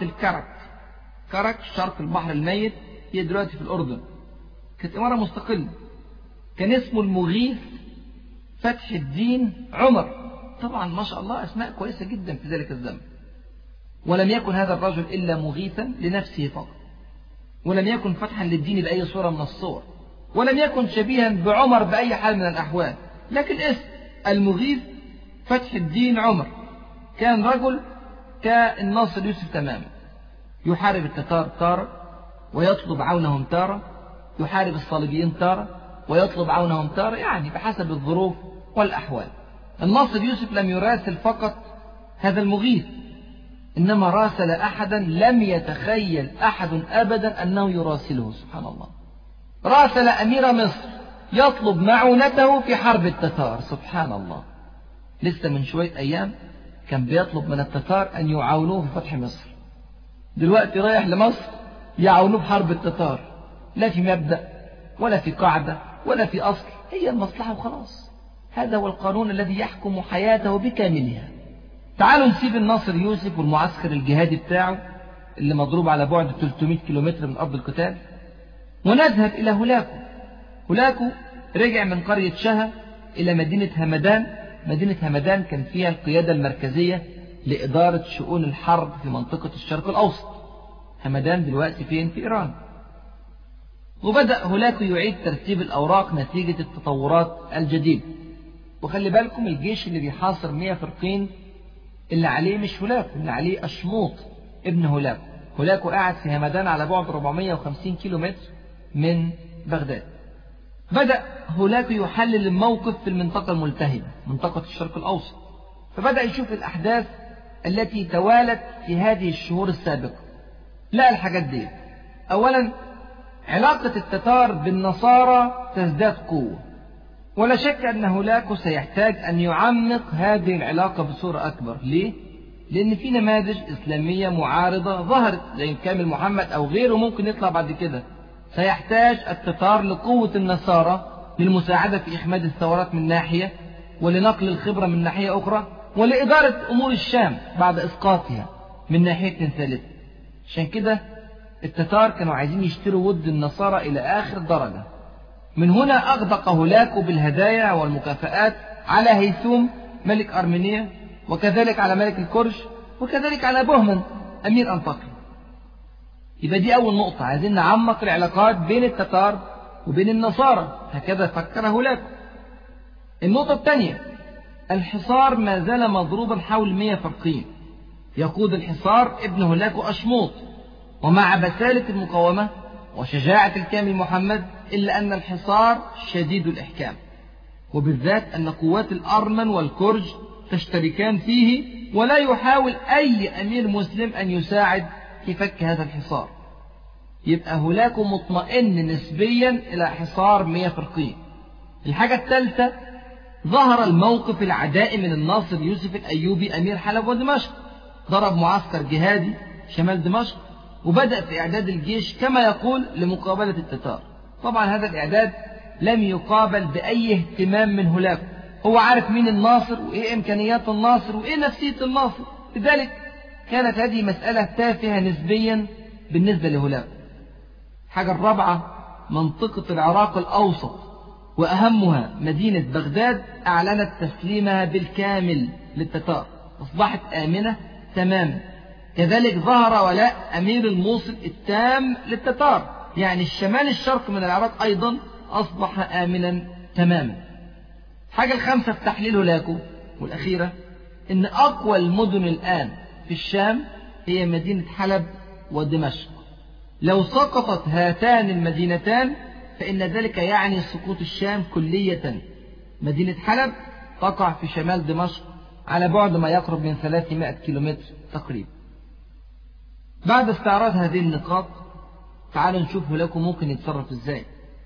كرك شرق البحر الميت، هي دلوقتي في الأردن، كانت إمارة مستقلة، كان اسمه المغيث فتح الدين عمر. طبعا ما شاء الله أسماء كويسة جدا في ذلك الزمن. ولم يكن هذا الرجل إلا مغيثا لنفسه فقط، ولم يكن فتحا للدين بأي صورة من الصور، ولم يكن شبيها بعمر بأي حال من الأحوال، لكن اسم المغيث فتح الدين عمر كان رجل كالناصر يوسف تماما، يحارب التتار تارة ويطلب عونهم تارة، يحارب الصليبيين تارة ويطلب عونهم تارة، يعني بحسب الظروف والأحوال. الناصر يوسف لم يراسل فقط هذا المغيث، إنما راسل أحدا لم يتخيل أحد أبدا أنه يراسله. سبحان الله. راسل أمير مصر يطلب معونته في حرب التتار. سبحان الله. لسه من شوية أيام كان بيطلب من التتار أن يعاونوه في فتح مصر، دلوقتي رايح لمصر يعاونوه في حرب التتار. لا في مبدأ ولا في قاعدة ولا في أصل، هي المصلحة وخلاص. هذا هو القانون الذي يحكم حياته بكاملها. تعالوا نسيب الناصر يوسف والمعسكر الجهادي بتاعه اللي مضروب على بعد 300 كيلومتر من أرض القتال، ونذهب إلى هولاكو رجع من قرية شها إلى مدينة همدان. مدينة همدان كان فيها القيادة المركزية لإدارة شؤون الحرب في منطقة الشرق الأوسط. همدان دلوقتي فين؟ في إيران. وبدأ هولاكو يعيد ترتيب الأوراق نتيجة التطورات الجديدة. وخلي بالكم الجيش اللي بيحاصر 100 فرقين اللي عليه مش هولاكو، اللي عليه أشموط ابن هولاكو. هولاكو قاعد في همدان على بعد 450 كيلومتر من بغداد. بدأ هولاكو يحلل الموقف في المنطقة الملتهبة، منطقة الشرق الأوسط، فبدأ يشوف الأحداث التي توالت في هذه الشهور السابقة. لقى الحاجات دي: أولا، علاقة التتار بالنصارى تزداد قوة، ولا شك أن هولاكو سيحتاج أن يعمق هذه العلاقة بصورة أكبر. ليه؟ لأن في نماذج إسلامية معارضة ظهرت زي كامل محمد أو غيره ممكن يطلع بعد كده. سيحتاج التتار لقوة النصارى للمساعدة في إخماد الثورات من ناحية، ولنقل الخبرة من ناحية أخرى، ولإدارة أمور الشام بعد إسقاطها من ناحية ثالثة. عشان كده التتار كانوا عايزين يشتروا ود النصارى إلى آخر درجة. من هنا أغدق هولاكو بالهدايا والمكافآت على هيثوم ملك أرمينيا، وكذلك على ملك الكرش، وكذلك على بهمن أمير أنطاكيا. يبقى دي أول نقطة، عايزين نعمق العلاقات بين التتار وبين النصارى، هكذا فكر هولاكو. النقطة الثانية: الحصار ما زال مضروبا حول 100 فرقين. يقود الحصار ابن هولاكو أشموط، ومع بسالة المقاومة وشجاعة الكامل محمد، إلا أن الحصار شديد الإحكام، وبالذات أن قوات الأرمن والكرج تشتركان فيه، ولا يحاول أي أمير مسلم أن يساعد في فك هذا الحصار. يبقى هولاكو مطمئن نسبيا إلى حصار 100 فرقين. الحاجة الثالثة: ظهر الموقف العدائي من الناصر يوسف الأيوبي أمير حلب ودمشق. ضرب معسكر جهادي شمال دمشق، وبدأ في إعداد الجيش كما يقول لمقابلة التتار. طبعا هذا الإعداد لم يقابل بأي اهتمام من هولاكو. هو عارف مين الناصر وإيه إمكانيات الناصر وإيه نفسية الناصر، لذلك كانت هذه مسألة تافهة نسبيا بالنسبة لهولاكو. الحاجة الرابعة: منطقة العراق الأوسط وأهمها مدينة بغداد أعلنت تسليمها بالكامل للتتار، أصبحت آمنة تماما. كذلك ظهر ولاء أمير الموصل التام للتتار، يعني الشمال الشرق من العراق أيضا أصبح آمنا تماما. الحاجة الخامسة في تحليل هولاكو والأخيرة: إن أقوى المدن الآن في الشام هي مدينة حلب ودمشق. لو سقطت هاتان المدينتان فإن ذلك يعني سقوط الشام كلية. مدينة حلب تقع في شمال دمشق على بعد ما يقرب من 300 كيلومتر تقريبا. بعد استعراض هذه النقاط تعالوا نشوف هولاكو ممكن يتصرف ازاي.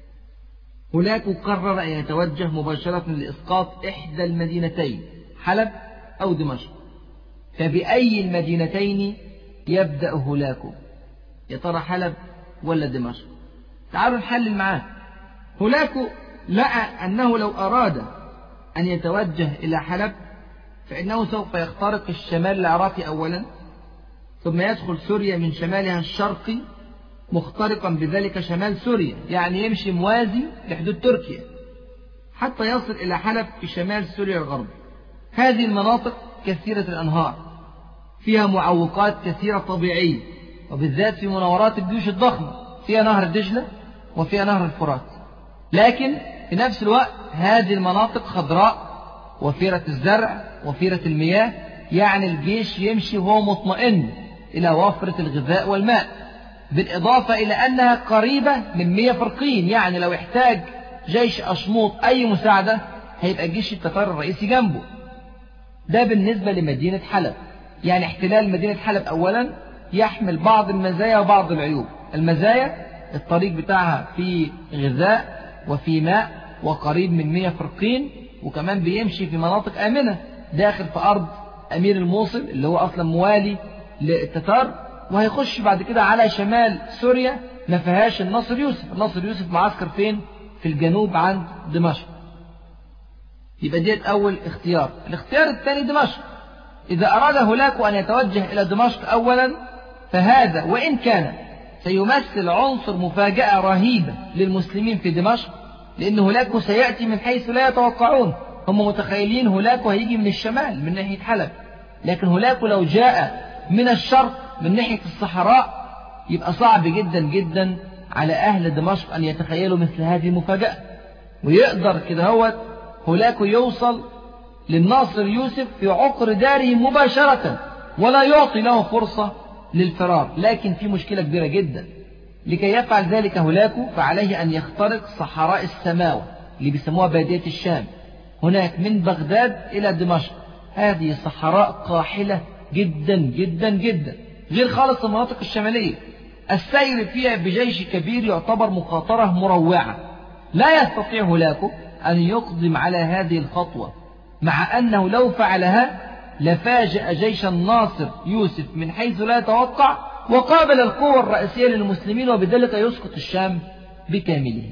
هولاكو قرر أن يتوجه مباشرة لإسقاط إحدى المدينتين، حلب أو دمشق. فبأي المدينتين يبدأ هولاكو؟ يا ترى حلب ولا دمشق؟ تعالوا نحلل معاه. هولاكو لقى أنه لو أراد أن يتوجه إلى حلب فإنه سوف يخترق الشمال العراقي أولا، ثم يدخل سوريا من شمالها الشرقي مخترقا بذلك شمال سوريا، يعني يمشي موازي لحدود تركيا حتى يصل إلى حلب في شمال سوريا الغربي. هذه المناطق كثيرة الأنهار، فيها معوقات كثيرة طبيعية، وبالذات في مناورات الجيوش الضخمة، فيها نهر دجلة وفيها نهر الفرات. لكن في نفس الوقت هذه المناطق خضراء وفيرة الزرع وفيرة المياه، يعني الجيش يمشي وهو مطمئن إلى وفرة الغذاء والماء، بالإضافة إلى أنها قريبة من 100 فرقين، يعني لو احتاج جيش أشموط أي مساعدة هيبقى جيش التتار الرئيسي جنبه. ده بالنسبة لمدينة حلب. يعني احتلال مدينة حلب أولا يحمل بعض المزايا وبعض العيوب. المزايا: الطريق بتاعها فيه غذاء وفيه ماء وقريب من 100 فرقين، وكمان بيمشي في مناطق آمنة داخل في أرض أمير الموصل اللي هو أصلا موالي للتتار، وهيخش بعد كده على شمال سوريا ما فيهاش الناصر يوسف. الناصر يوسف معسكر فين؟ في الجنوب عند دمشق. يبقى ديت أول اختيار. الاختيار الثاني دمشق. إذا أراد هولاكو أن يتوجه إلى دمشق أولا فهذا وإن كان سيمثل عنصر مفاجأة رهيبة للمسلمين في دمشق، لأن هولاكو سيأتي من حيث لا يتوقعون. هم متخيلين هولاكو هيجي من الشمال من ناحية حلب، لكن هولاكو لو جاء من الشرق من ناحية الصحراء يبقى صعب جدا جدا على أهل دمشق أن يتخيلوا مثل هذه المفاجأة، ويقدر كده هولاكو يوصل للناصر يوسف في عقر داره مباشرة ولا يعطي له فرصة للفرار. لكن في مشكلة كبيرة جدا، لكي يفعل ذلك هولاكو فعليه أن يخترق صحراء السماوة اللي بيسموها بادية الشام، هناك من بغداد إلى دمشق. هذه صحراء قاحلة جدا جدا جدا، غير خالص المناطق الشمالية. السير فيها بجيش كبير يعتبر مخاطرة مروعة. لا يستطيع هولاكو أن يقدم على هذه الخطوة، مع أنه لو فعلها لفاجأ جيش الناصر يوسف من حيث لا يتوقع، وقابل القوة الرئيسية للمسلمين، وبذلك يسقط الشام بكامله.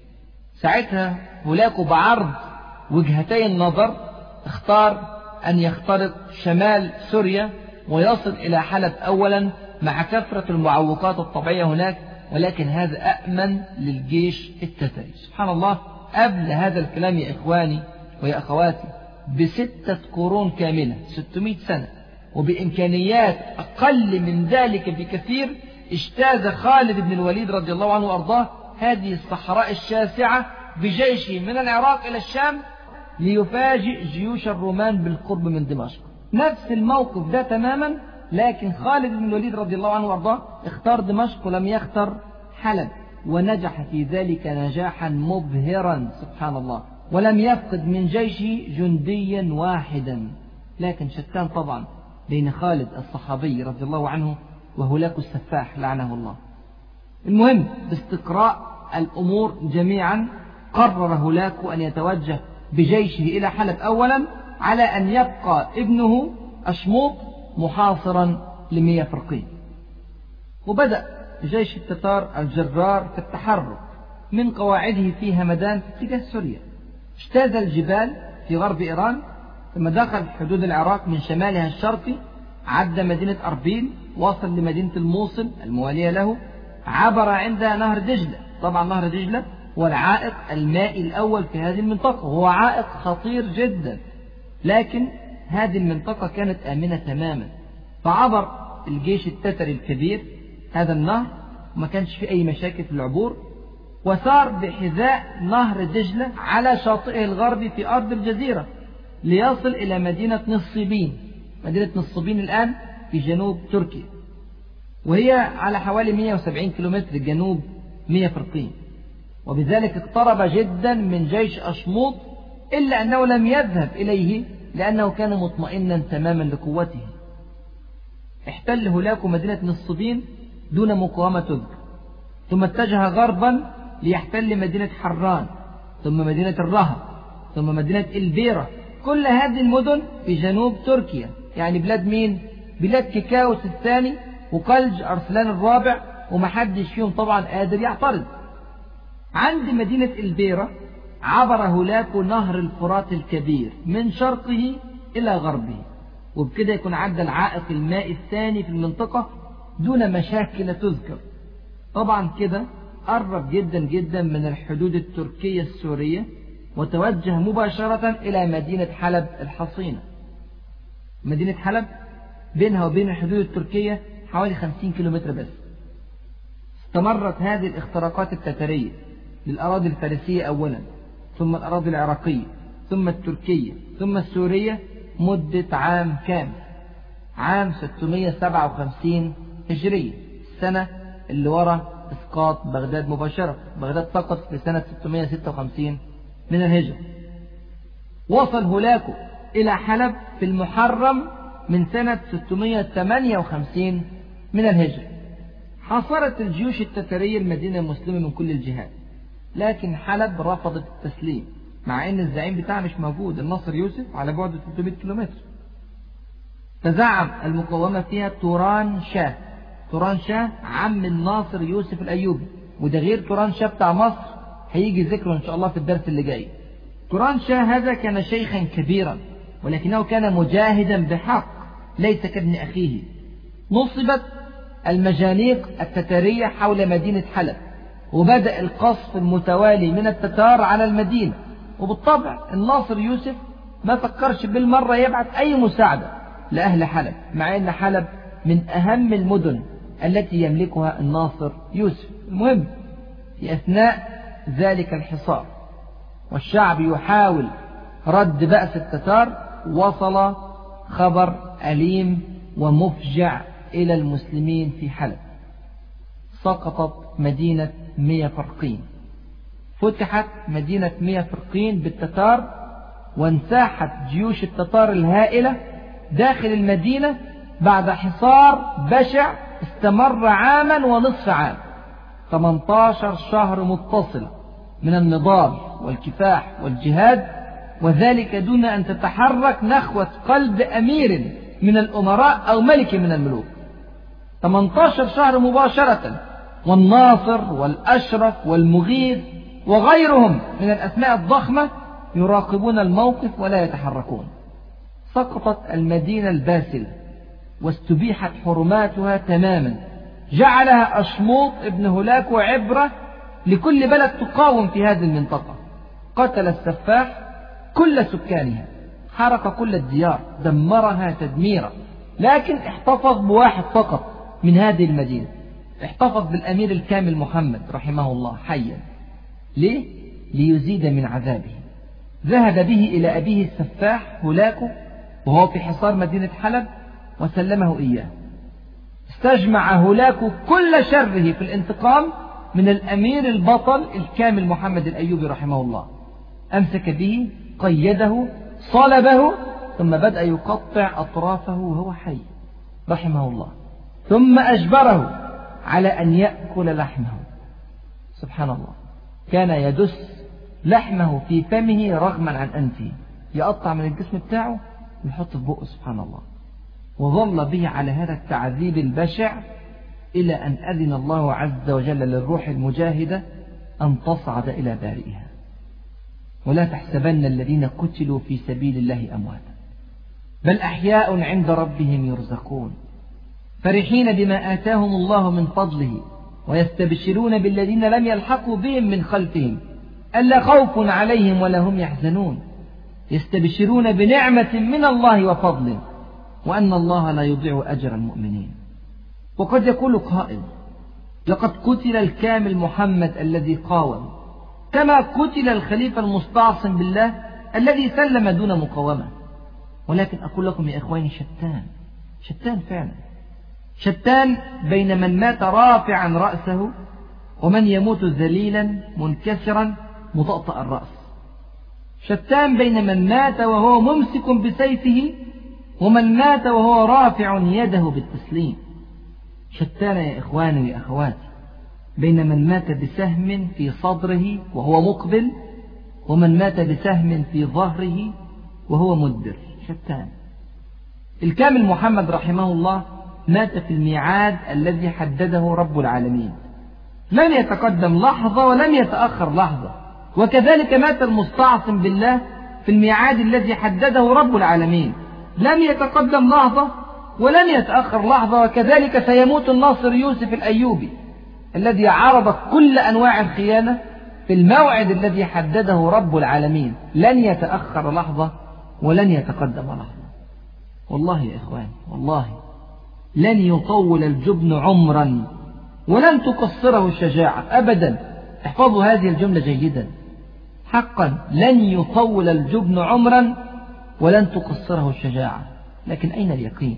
ساعتها هولاكو بعرض وجهتي النظر اختار أن يخترق شمال سوريا ويصل إلى حلب أولا مع كثرة المعوقات الطبيعية هناك، ولكن هذا أأمن للجيش التتري. سبحان الله، قبل هذا الكلام يا إخواني ويا أخواتي ب6 قرون كاملة، 600 سنة، وبإمكانيات أقل من ذلك بكثير، اجتاز خالد بن الوليد رضي الله عنه وأرضاه هذه الصحراء الشاسعة بجيشه من العراق إلى الشام ليفاجئ جيوش الرومان بالقرب من دمشق. نفس الموقف ده تماما، لكن خالد بن الوليد رضي الله عنه وأرضاه اختار دمشق ولم يختر حلب، ونجح في ذلك نجاحا مبهرا سبحان الله، ولم يفقد من جيشه جنديا واحدا. لكن شتان طبعا بين خالد الصحابي رضي الله عنه وهولاكو السفاح لعنه الله. المهم، باستقراء الأمور جميعا قرر هولاكو أن يتوجه بجيشه إلى حلب أولا، على أن يبقى ابنه أشموط محاصرا ل100 فرقين. وبدأ جيش التتار الجرار في التحرك من قواعده في همدان في اتجاه سوريا. اجتاز الجبال في غرب إيران، ثم دخل حدود العراق من شمالها الشرقي، عدى مدينة أربيل، وصل لمدينة الموصل الموالية له، عبر عندها نهر دجلة. طبعا نهر دجلة هو العائق المائي الأول في هذه المنطقة، وهو عائق خطير جدا، لكن هذه المنطقة كانت آمنة تماما. فعبر الجيش التتري الكبير هذا النهر، وما كانش في أي مشاكل في العبور، وسار بحذاء نهر دجلة على شاطئه الغربي في أرض الجزيرة ليصل إلى مدينة نصيبين. مدينة نصيبين الآن في جنوب تركيا، وهي على حوالي 170 كيلومتر جنوب 100 فرقين، وبذلك اقترب جدا من جيش أشموط، إلا أنه لم يذهب إليه لأنه كان مطمئنا تماما لقوته. احتل هولاكو مدينة نصيبين دون مقاومة تذكر، ثم اتجه غربا ليحتل مدينة حران، ثم مدينة الرهب، ثم مدينة البيرة. كل هذه المدن في جنوب تركيا، يعني بلاد مين؟ بلاد كيكاوس الثاني وقلج أرسلان الرابع، ومحدش فيهم طبعا قادر يعترض. عند مدينة البيرة عبر هولاكو نهر الفرات الكبير من شرقه إلى غربه، وبكده يكون عدى العائق المائي الثاني في المنطقة دون مشاكل تذكر. طبعا كده قرب جدا جدا من الحدود التركية السورية، وتوجه مباشرة إلى مدينة حلب الحصينة. مدينة حلب بينها وبين الحدود التركية حوالي 50 كيلومتر بس. استمرت هذه الاختراقات التترية للأراضي الفارسية أولا، ثم الأراضي العراقية، ثم التركية، ثم السورية مدة عام كامل، عام 657 هجرية، السنة اللي وراء إسقاط بغداد مباشرة. بغداد سقط في سنة 656 من الهجرة. وصل هولاكو إلى حلب في المحرم من سنة 658 من الهجرة. حاصرت الجيوش التترية المدينة المسلمة من كل الجهات، لكن حلب رفضت التسليم، مع أن الزعيم بتاعها مش موجود، الناصر يوسف، على بعد 300 كيلومتر. تزعم المقاومة فيها توران شاه. توران شاه عم الناصر يوسف الأيوبي، وده غير توران شاه بتاع مصر، هيجي ذكره إن شاء الله في الدرس اللي جاي. توران شاه هذا كان شيخا كبيرا، ولكنه كان مجاهدا بحق، ليس كابن أخيه. نصبت المجانيق التتارية حول مدينة حلب، وبدأ القصف المتوالي من التتار على المدينة. وبالطبع الناصر يوسف ما فكرش بالمرة يبعث أي مساعدة لأهل حلب، مع أن حلب من أهم المدن التي يملكها الناصر يوسف. المهم في أثناء ذلك الحصار والشعب يحاول رد بأس التتار، وصل خبر أليم ومفجع إلى المسلمين في حلب. سقطت مدينة ميا فرقين، فتحت مدينة ميا فرقين بالتتار، وانساحت جيوش التتار الهائلة داخل المدينة بعد حصار بشع استمر عاما ونصف عام، 18 شهر متصل من النضال والكفاح والجهاد، وذلك دون أن تتحرك نخوة قلب أمير من الأمراء أو ملك من الملوك. 18 شهر مباشرة، والناصر والأشرف والمغيث وغيرهم من الأسماء الضخمة يراقبون الموقف ولا يتحركون. سقطت المدينة الباسلة واستبيحت حرماتها تماما، جعلها أشموط ابن هولاكو عبرة لكل بلد تقاوم في هذه المنطقة. قتل السفاح كل سكانها، حرق كل الديار، دمرها تدميرا، لكن احتفظ بواحد فقط من هذه المدينة، احتفظ بالأمير الكامل محمد رحمه الله حيا. ليه؟ ليزيد من عذابه. ذهب به إلى أبيه السفاح هولاكو وهو في حصار مدينة حلب وسلمه إياه. استجمع هولاكو كل شره في الانتقام من الأمير البطل الكامل محمد الأيوبي رحمه الله. أمسك به، قيده، صلبه، ثم بدأ يقطع أطرافه وهو حي رحمه الله، ثم أجبره على أن يأكل لحمه. سبحان الله، كان يدس لحمه في فمه رغما عن أنفه، يقطع من الجسم بتاعه ويحط في بقه. سبحان الله. وظل به على هذا التعذيب البشع إلى أن أذن الله عز وجل للروح المجاهدة أن تصعد إلى بارئها. ولا تحسبن الذين قتلوا في سبيل الله أمواتا، بل أحياء عند ربهم يرزقون، فرحين بما آتاهم الله من فضله، ويستبشرون بالذين لم يلحقوا بهم من خلفهم ألا خوف عليهم ولا هم يحزنون، يستبشرون بنعمة من الله وفضل، وأن الله لا يضيع أجر المؤمنين. وقد يقول قائل: لقد قتل الكامل محمد الذي قاوم، كما قتل الخليفة المستعصم بالله الذي سلم دون مقاومة. ولكن أقول لكم يا إخواني، شتان فعلا، شتان بين من مات رافعا رأسه ومن يموت ذليلا منكسرا مطأطأ الرأس. شتان بين من مات وهو ممسك بسيفه ومن مات وهو رافع يده بالتسليم. شتان يا إخواني يا أخواتي بين من مات بسهم في صدره وهو مقبل ومن مات بسهم في ظهره وهو مدبر. شتان. الكامل محمد رحمه الله مات في الميعاد الذي حدده رب العالمين، لم يتقدم لحظة ولم يتأخر لحظة. وكذلك مات المستعصم بالله في الميعاد الذي حدده رب العالمين، لم يتقدم لحظة ولم يتأخر لحظة. وكذلك سيموت الناصر يوسف الأيوبي الذي عرض كل أنواع الخيانة في الموعد الذي حدده رب العالمين، لن يتأخر لحظة ولن يتقدم لحظة. والله يا إخواني، والله لن يطول الجبن عمرا ولن تقصره الشجاعة أبدا. احفظوا هذه الجملة جيدا، حقا لن يطول الجبن عمرا ولن تقصره الشجاعة. لكن أين اليقين؟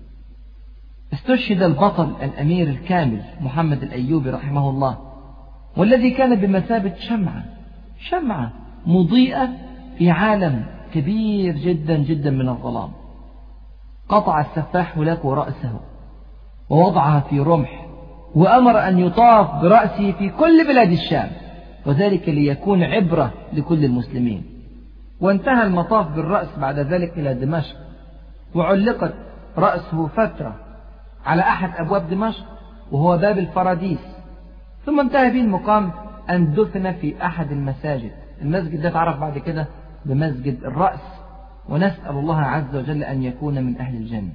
استشهد البطل الأمير الكامل محمد الأيوبي رحمه الله، والذي كان بمثابة شمعة مضيئة في عالم كبير جدا جدا من الظلام. قطع السفاح هولاكو رأسه ووضعها في رمح، وأمر أن يطاف برأسه في كل بلاد الشام، وذلك ليكون عبرة لكل المسلمين. وانتهى المطاف بالرأس بعد ذلك إلى دمشق، وعلقت رأسه فترة على أحد أبواب دمشق وهو باب الفراديس، ثم انتهى به المقام أن دفن في أحد المساجد. المسجد ده تعرف بعد كده بمسجد الرأس، ونسأل الله عز وجل أن يكون من أهل الجنة.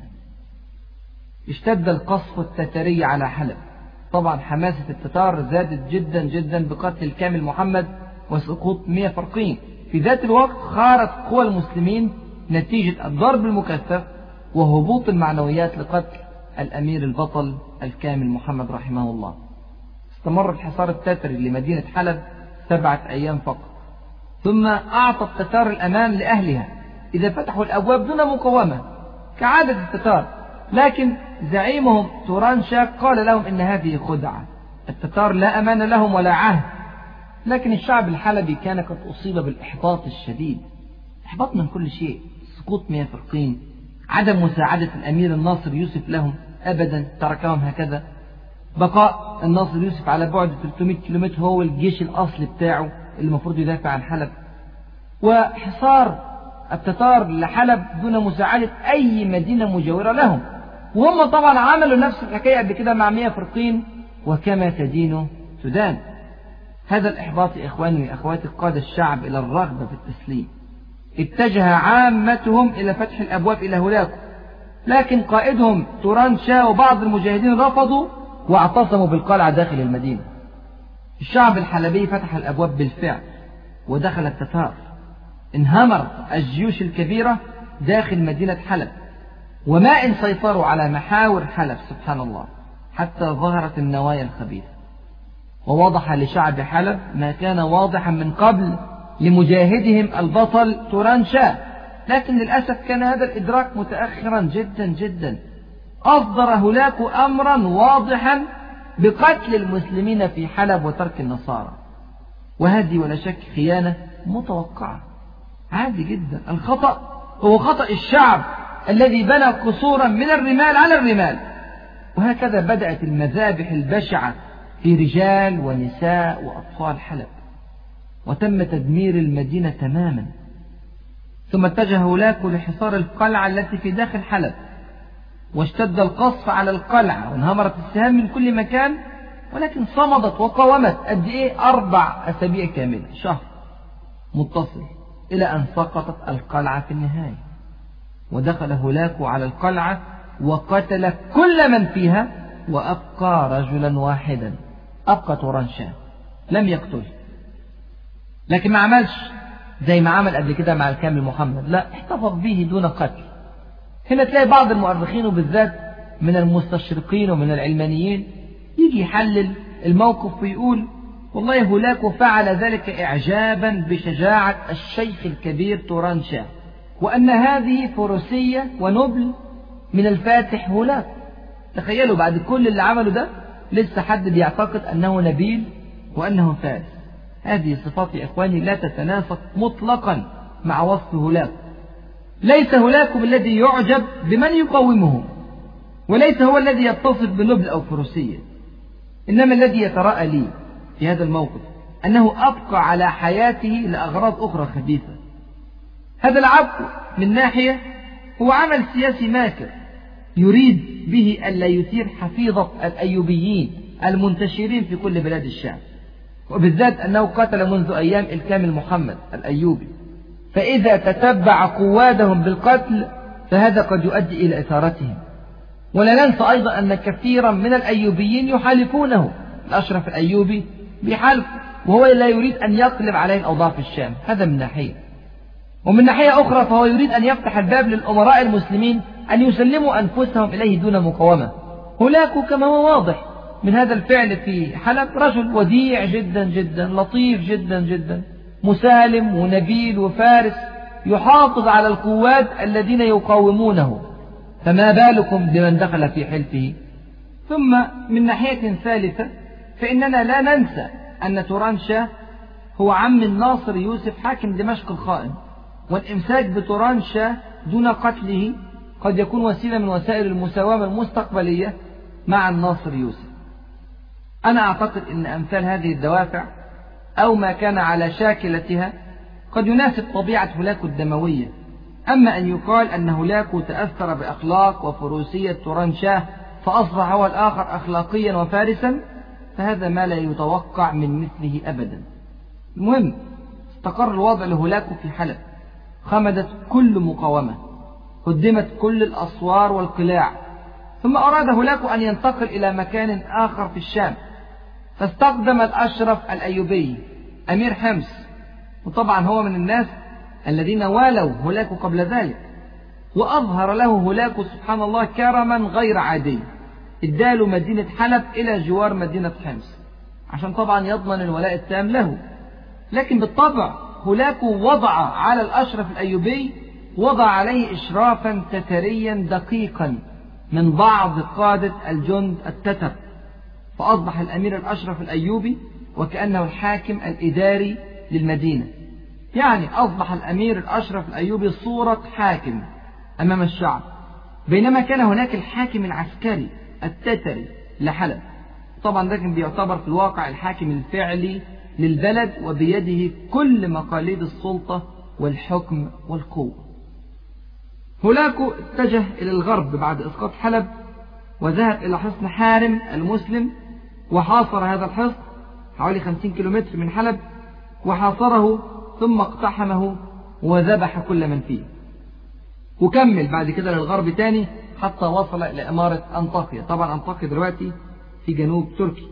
اشتد القصف التتري على حلب. طبعا حماسة التتار زادت جدا جدا بقتل الكامل محمد وسقوط 100 فرقين. في ذات الوقت خارت قوى المسلمين نتيجة الضرب المكثف وهبوط المعنويات لقتل الأمير البطل الكامل محمد رحمه الله. استمر الحصار التتري لمدينة حلب 7 أيام فقط، ثم أعطى التتار الأمان لأهلها إذا فتحوا الأبواب دون مقاومة كعادة التتار. لكن زعيمهم توران شاه قال لهم إن هذه خدعة، التتار لا أمان لهم ولا عهد. لكن الشعب الحلبي كان قد أصيب بالإحباط الشديد، إحباط من كل شيء، سقوط 100 فرقين، عدم مساعدة الأمير الناصر يوسف لهم أبدا، تركهم هكذا، بقاء الناصر يوسف على بعد 300 كيلومتر هو الجيش الأصلي بتاعه اللي المفروض يدافع عن حلب، وحصار التتار لحلب دون مساعدة أي مدينة مجاورة لهم. وهم طبعا عملوا نفس الحكاية قبل كده مع 100 فرقين، وكما تدين تدان. هذا الإحباط يا إخواني وأخواتي قاد الشعب إلى الرغبة في التسليم، اتجه عامتهم إلى فتح الأبواب إلى هولاكو، لكن قائدهم توران شاه وبعض المجاهدين رفضوا واعتصموا بالقلعة داخل المدينة. الشعب الحلبي فتح الأبواب بالفعل ودخل التتار، انهمرت الجيوش الكبيرة داخل مدينة حلب، وما إن سيطروا على محاور حلب سبحان الله حتى ظهرت النوايا الخبيثة، ووضح لشعب حلب ما كان واضحا من قبل لمجاهدهم البطل توران شاه. لكن للأسف كان هذا الإدراك متأخرا جدا جدا. أصدر هولاكو أمرا واضحا بقتل المسلمين في حلب وترك النصارى، وهذه ولا شك خيانة متوقعة، عادي جدا. الخطأ هو خطأ الشعب الذي بنى قصورا من الرمال على الرمال. وهكذا بدأت المذابح البشعة في رجال ونساء وأطفال حلب، وتم تدمير المدينة تماما. ثم اتجه هولاكو لحصار القلعة التي في داخل حلب، واشتد القصف على القلعة وانهمرت السهام من كل مكان، ولكن صمدت وقاومت قد ايه 4 أسابيع كاملة، شهر متصل، إلى أن سقطت القلعة في النهاية. ودخل هولاكو على القلعة وقتل كل من فيها، وأبقى رجلا واحدا، أبقى توران شاه، لم يقتل. لكن ما عملش زي ما عمل قبل كده مع الكامل محمد، لا، احتفظ به دون قتل. هنا تلاقي بعض المؤرخين وبالذات من المستشرقين ومن العلمانيين يجي يحلل الموقف ويقول والله هولاكو فعل ذلك إعجابا بشجاعة الشيخ الكبير توران شاه، وأن هذه فروسية ونبل من الفاتح هولاكو. تخيلوا بعد كل اللي عمله ده لسه حد بيعتقد أنه نبيل وأنه فارس. هذه صفات يا إخواني لا تتناسق مطلقا مع وصف هولاكو. ليس هولاكو الذي يعجب بمن يقاومه، وليس هو الذي يتصف بنبل أو فروسية، إنما الذي يتراءى لي في هذا الموقف أنه أبقى على حياته لأغراض أخرى خبيثة. هذا العبد من ناحية هو عمل سياسي ماكر يريد به ألا يثير حفيظة الأيوبيين المنتشرين في كل بلاد الشام، وبالذات أنه قتل منذ أيام الكامل محمد الأيوبي، فإذا تتبع قوادهم بالقتل فهذا قد يؤدي إلى إثارتهم. ولا ننسى أيضا أن كثيرا من الأيوبيين يحالفونه، الأشرف الأيوبي بحلف، وهو لا يريد أن يقلب عليه الأوضاع في الشام. هذا من ناحية، ومن ناحية أخرى فهو يريد أن يفتح الباب للأمراء المسلمين أن يسلموا أنفسهم إليه دون مقاومة. هولاكو كما هو واضح من هذا الفعل في حلب رجل وديع جدا جدا، لطيف جدا جدا، مسالم ونبيل وفارس، يحافظ على القوات الذين يقاومونه، فما بالكم بمن دخل في حلفه. ثم من ناحية ثالثة فإننا لا ننسى أن توران شاه هو عم الناصر يوسف حاكم دمشق الخائن، والإمساك بتوران شاه دون قتله قد يكون وسيلة من وسائل المساومة المستقبلية مع الناصر يوسف. أنا أعتقد أن أمثال هذه الدوافع أو ما كان على شاكلتها قد يناسب طبيعة هولاكو الدموية. أما أن يقال أن هولاكو تأثر بأخلاق وفروسية توران شاه فأصبح هو الآخر أخلاقيا وفارسا، فهذا ما لا يتوقع من مثله أبدا. المهم استقر الوضع لهولاكو في حلب، خمدت كل مقاومة، هدمت كل الأسوار والقلاع، ثم أراد هولاكو أن ينتقل إلى مكان آخر في الشام، فاستقدم الأشرف الأيوبي أمير حمص، وطبعا هو من الناس الذين والوا هولاكو قبل ذلك، وأظهر له هولاكو سبحان الله كرما غير عادي، اداله مدينة حلب إلى جوار مدينة حمص، عشان طبعا يضمن الولاء التام له. لكن بالطبع هولاكو وضع على الأشرف الأيوبي، وضع عليه إشرافا تتريا دقيقا من بعض قادة الجند التتر، فأصبح الأمير الأشرف الأيوبي وكأنه الحاكم الإداري للمدينة. يعني أصبح الأمير الأشرف الأيوبي صورة حاكم أمام الشعب، بينما كان هناك الحاكم العسكري التتري لحلب. طبعا ده كان بيعتبر في الواقع الحاكم الفعلي للبلد، وبيده كل مقاليد السلطة والحكم والقوة. هولاكو اتجه إلى الغرب بعد إسقاط حلب، وذهب إلى حصن حارم المسلم، وحاصر هذا الحصن حوالي 50 كيلومتر من حلب، وحاصره ثم اقتحمه وذبح كل من فيه، وكمل بعد كده للغرب تاني حتى وصل إلى إمارة أنطاكيا. طبعا أنطاكيا دلوقتي في جنوب تركيا.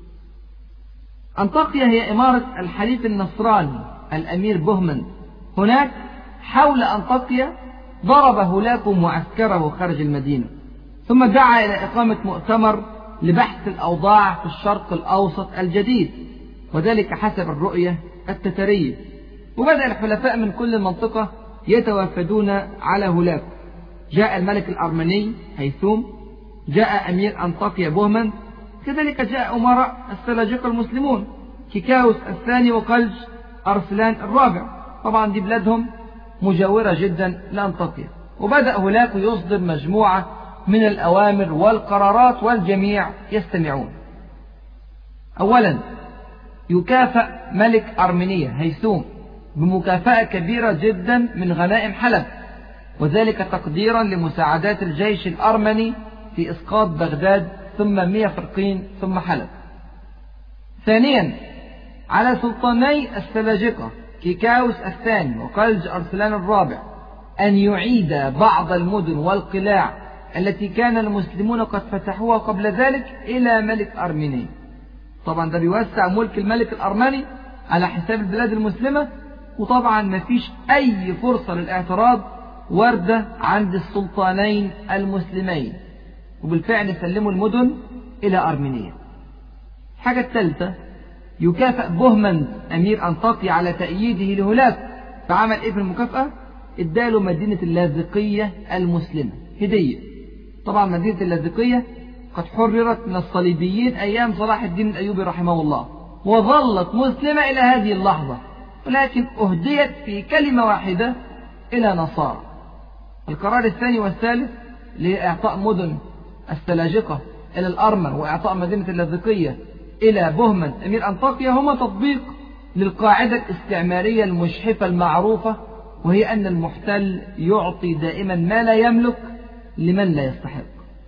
أنطاكيا هي إمارة الحليف النصراني الأمير بوهمند. هناك حول أنطاكيا ضرب هولاكو معسكره خارج المدينة، ثم دعا إلى إقامة مؤتمر لبحث الأوضاع في الشرق الأوسط الجديد، وذلك حسب الرؤية التترية. وبدأ الحلفاء من كل المنطقة يتوافدون على هولاكو. جاء الملك الأرمني هيثوم، جاء أمير أنطاكيا بوهمند، كذلك جاء أمراء السلاجقة المسلمون كيكاوس الثاني وقلج أرسلان الرابع. طبعا دي بلادهم مجاورة جدا لأنطاكيا. وبدأ هولاكو يصدر مجموعة من الأوامر والقرارات والجميع يستمعون. أولا يكافأ ملك أرمينيا هيثوم بمكافأة كبيرة جدا من غنائم حلب، وذلك تقديرا لمساعدات الجيش الأرمني في إسقاط بغداد ثم 100 فرقين ثم حلب. ثانيا على سلطاني السلاجقة كيكاوس الثاني وقلج أرسلان الرابع أن يعيد بعض المدن والقلاع التي كان المسلمون قد فتحوها قبل ذلك إلى ملك أرمينيا. طبعا ده بيوسع ملك الملك الأرمني على حساب البلاد المسلمة، وطبعا ما فيش أي فرصة للاعتراض واردة عند السلطانين المسلمين، وبالفعل سلموا المدن إلى أرمينيا. الحاجة الثالثة يكافأ بوهمند أمير أنطاكيا على تأييده لهولاكو، فعمل إيه في المكافأة؟ اداله مدينة اللاذقية المسلمة هدية. طبعا مدينة اللاذقية قد حررت من الصليبيين أيام صلاح الدين الأيوبي رحمه الله، وظلت مسلمة إلى هذه اللحظة، ولكن أهديت في كلمة واحدة إلى نصارى. القرار الثاني والثالث لإعطاء مدن السلاجقة إلى الأرمن وإعطاء مدينة اللاذقية إلى بوهمند أمير أنطاكيا هما تطبيق للقاعدة الاستعمارية المجحفة المعروفة، وهي أن المحتل يعطي دائما ما لا يملك لمن لا يستحق.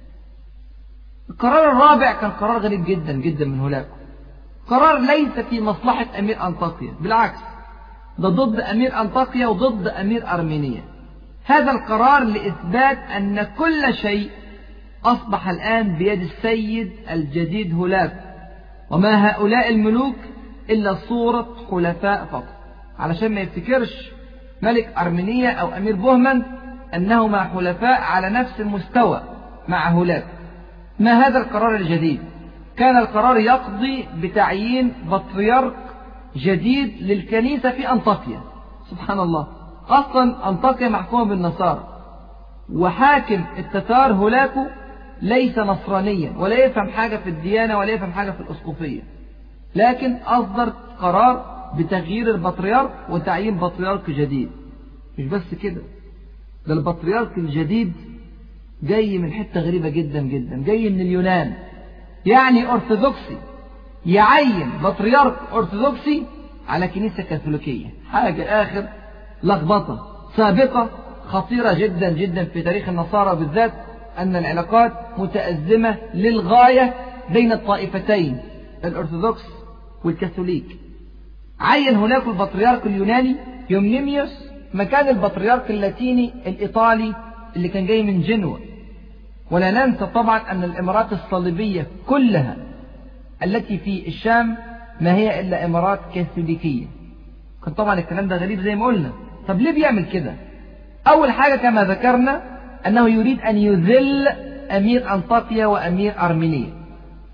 القرار الرابع كان قرار غريب جدا جدا من هولاكو، قرار ليس في مصلحة أمير أنطاكيا، بالعكس ده ضد أمير أنطاكيا وضد أمير أرمينيا. هذا القرار لإثبات أن كل شيء أصبح الآن بيد السيد الجديد هولاكو، وما هؤلاء الملوك إلا صورة حلفاء فقط، علشان ما يفتكرش ملك أرمينيا أو أمير بوهمند أنهما حلفاء على نفس المستوى مع هولاكو. ما هذا القرار الجديد؟ كان القرار يقضي بتعيين بطريرك جديد للكنيسة في أنطاكيا. سبحان الله، أصلا أنطاكيا محكومة بالنصارى، وحاكم التتار هولاكو ليس نصرانيا ولا يفهم حاجة في الديانة ولا يفهم حاجة في الأسقفية، لكن أصدر قرار بتغيير البطريرك وتعيين بطريرك جديد. مش بس كده، ده البطريرك الجديد جاي من حتة غريبة جدا جدا، جاي من اليونان، يعني أرثوذكسي، يعين بطريرك أرثوذكسي على كنيسة كاثوليكية. حاجة آخر لخبطة سابقة خطيرة جدا جدا في تاريخ النصارى بالذات، أن العلاقات متأزمة للغاية بين الطائفتين الأرثوذكس والكاثوليك. عين هناك البطريرك اليوناني يومنيميوس مكان البطريرك اللاتيني الإيطالي اللي كان جاي من جنوة. ولا ننسى طبعا أن الإمارات الصليبية كلها التي في الشام ما هي إلا إمارات كاثوليكية. كان طبعا الكلام ده غريب زي ما قلنا. طب ليه بيعمل كده؟ أول حاجة كما ذكرنا أنه يريد أن يذل أمير أنطاكيا وأمير أرمينيا،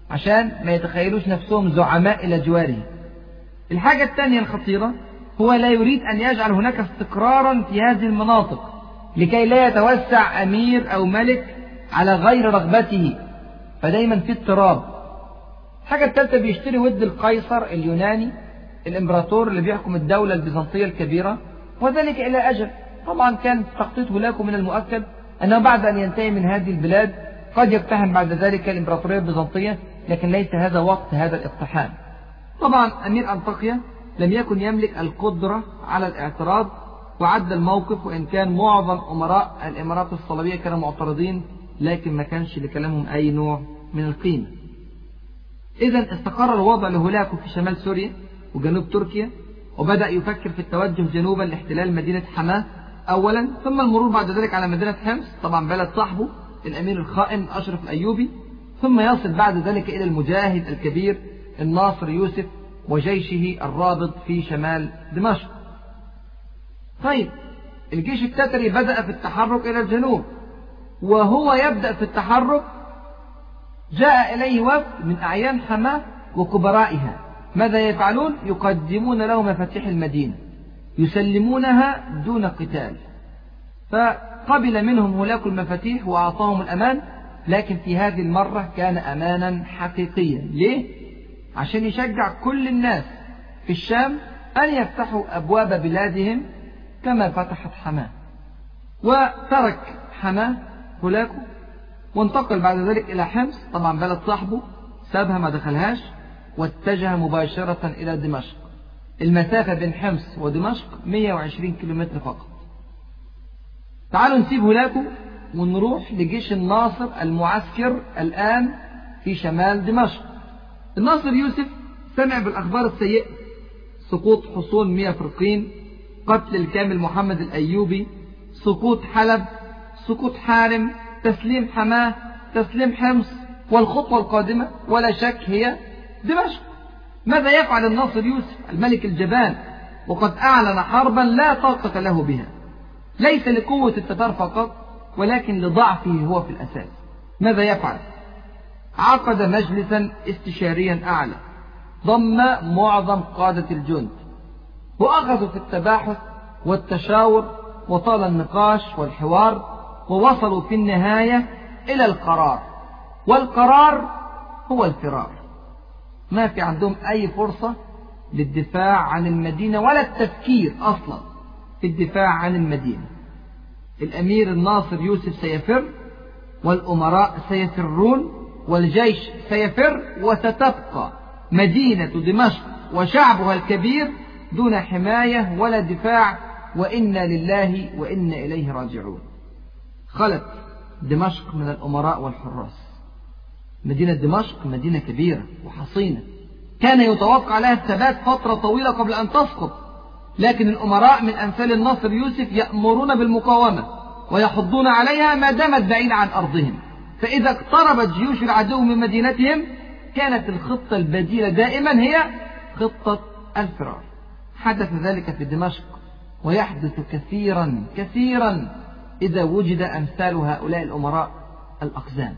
عشان ما يتخيلوش نفسهم زعماء إلى جواره. الحاجة الثانية الخطيرة هو لا يريد أن يجعل هناك استقرارا في هذه المناطق لكي لا يتوسع أمير أو ملك على غير رغبته، فدايما في اضطراب. الحاجة الثالثة بيشتري ود القيصر اليوناني الإمبراطور اللي بيحكم الدولة البيزنطية الكبيرة، وذلك إلى أجل. طبعا كان تخطيط هولاكو من المؤكد أنه بعد أن ينتهي من هذه البلاد قد يقتحم بعد ذلك الإمبراطورية البيزنطية، لكن ليس هذا وقت هذا الاقتحام. طبعا أمير أنطاكيا لم يكن يملك القدرة على الاعتراض وعد الموقف، وإن كان معظم أمراء الإمارات الصليبية كانوا معترضين، لكن ما كانش لكلامهم أي نوع من القيمة. إذا استقر الوضع لهولاكو في شمال سوريا وجنوب تركيا، وبدأ يفكر في التوجه جنوبا لاحتلال مدينة حماة أولا، ثم المرور بعد ذلك على مدينة حمص، طبعا بلد صاحبه الأمير الخائن أشرف الأيوبي، ثم يصل بعد ذلك إلى المجاهد الكبير الناصر يوسف وجيشه الرابط في شمال دمشق. طيب الجيش التتري بدأ في التحرك إلى الجنوب، وهو يبدأ في التحرك جاء إليه وفد من أعيان حماة وكبرائها. ماذا يفعلون؟ يقدمون له مفاتيح المدينة يسلمونها دون قتال. فقبل منهم هولاكو المفاتيح وأعطاهم الأمان، لكن في هذه المرة كان أمانا حقيقيا. ليه؟ عشان يشجع كل الناس في الشام أن يفتحوا أبواب بلادهم كما فتحت حماة. وترك حماة هولاكو وانتقل بعد ذلك إلى حمص، طبعا بلد صاحبه، سابها ما دخلهاش، واتجه مباشرة إلى دمشق. المسافة بين حمص ودمشق 120 كيلومتر فقط. تعالوا نسيب هولاكو ونروح لجيش الناصر المعسكر الآن في شمال دمشق. الناصر يوسف سمع بالأخبار السيئة: سقوط حصون مياه فرقين، قتل الكامل محمد الأيوبي، سقوط حلب، سقوط حارم، تسليم حماة، تسليم حمص، والخطوة القادمة ولا شك هي دمشق. ماذا يفعل الناصر يوسف الملك الجبان وقد أعلن حربا لا طاقة له بها، ليس لقوة التتار فقط ولكن لضعفه هو في الأساس؟ ماذا يفعل؟ عقد مجلسا استشاريا أعلى ضم معظم قادة الجند، وأخذوا في التباحث والتشاور وطال النقاش والحوار، ووصلوا في النهاية إلى القرار، والقرار هو الفرار. ما في عندهم أي فرصة للدفاع عن المدينة ولا التفكير أصلا في الدفاع عن المدينة. الأمير الناصر يوسف سيفر، والأمراء سيفرون، والجيش سيفر، وستبقى مدينة دمشق وشعبها الكبير دون حماية ولا دفاع، وإنا لله وإنا إليه راجعون. خلت دمشق من الأمراء والحراس. مدينة دمشق مدينة كبيرة وحصينة، كان يتوقع لها الثبات فترة طويلة قبل أن تسقط، لكن الأمراء من أمثال الناصر يوسف يأمرون بالمقاومة ويحضون عليها ما دامت بعيدة عن أرضهم. فإذا اقتربت جيوش العدو من مدينتهم كانت الخطة البديلة دائما هي خطة الفرار. حدث ذلك في دمشق، ويحدث كثيرا كثيرا إذا وجد أمثال هؤلاء الأمراء الأقزام.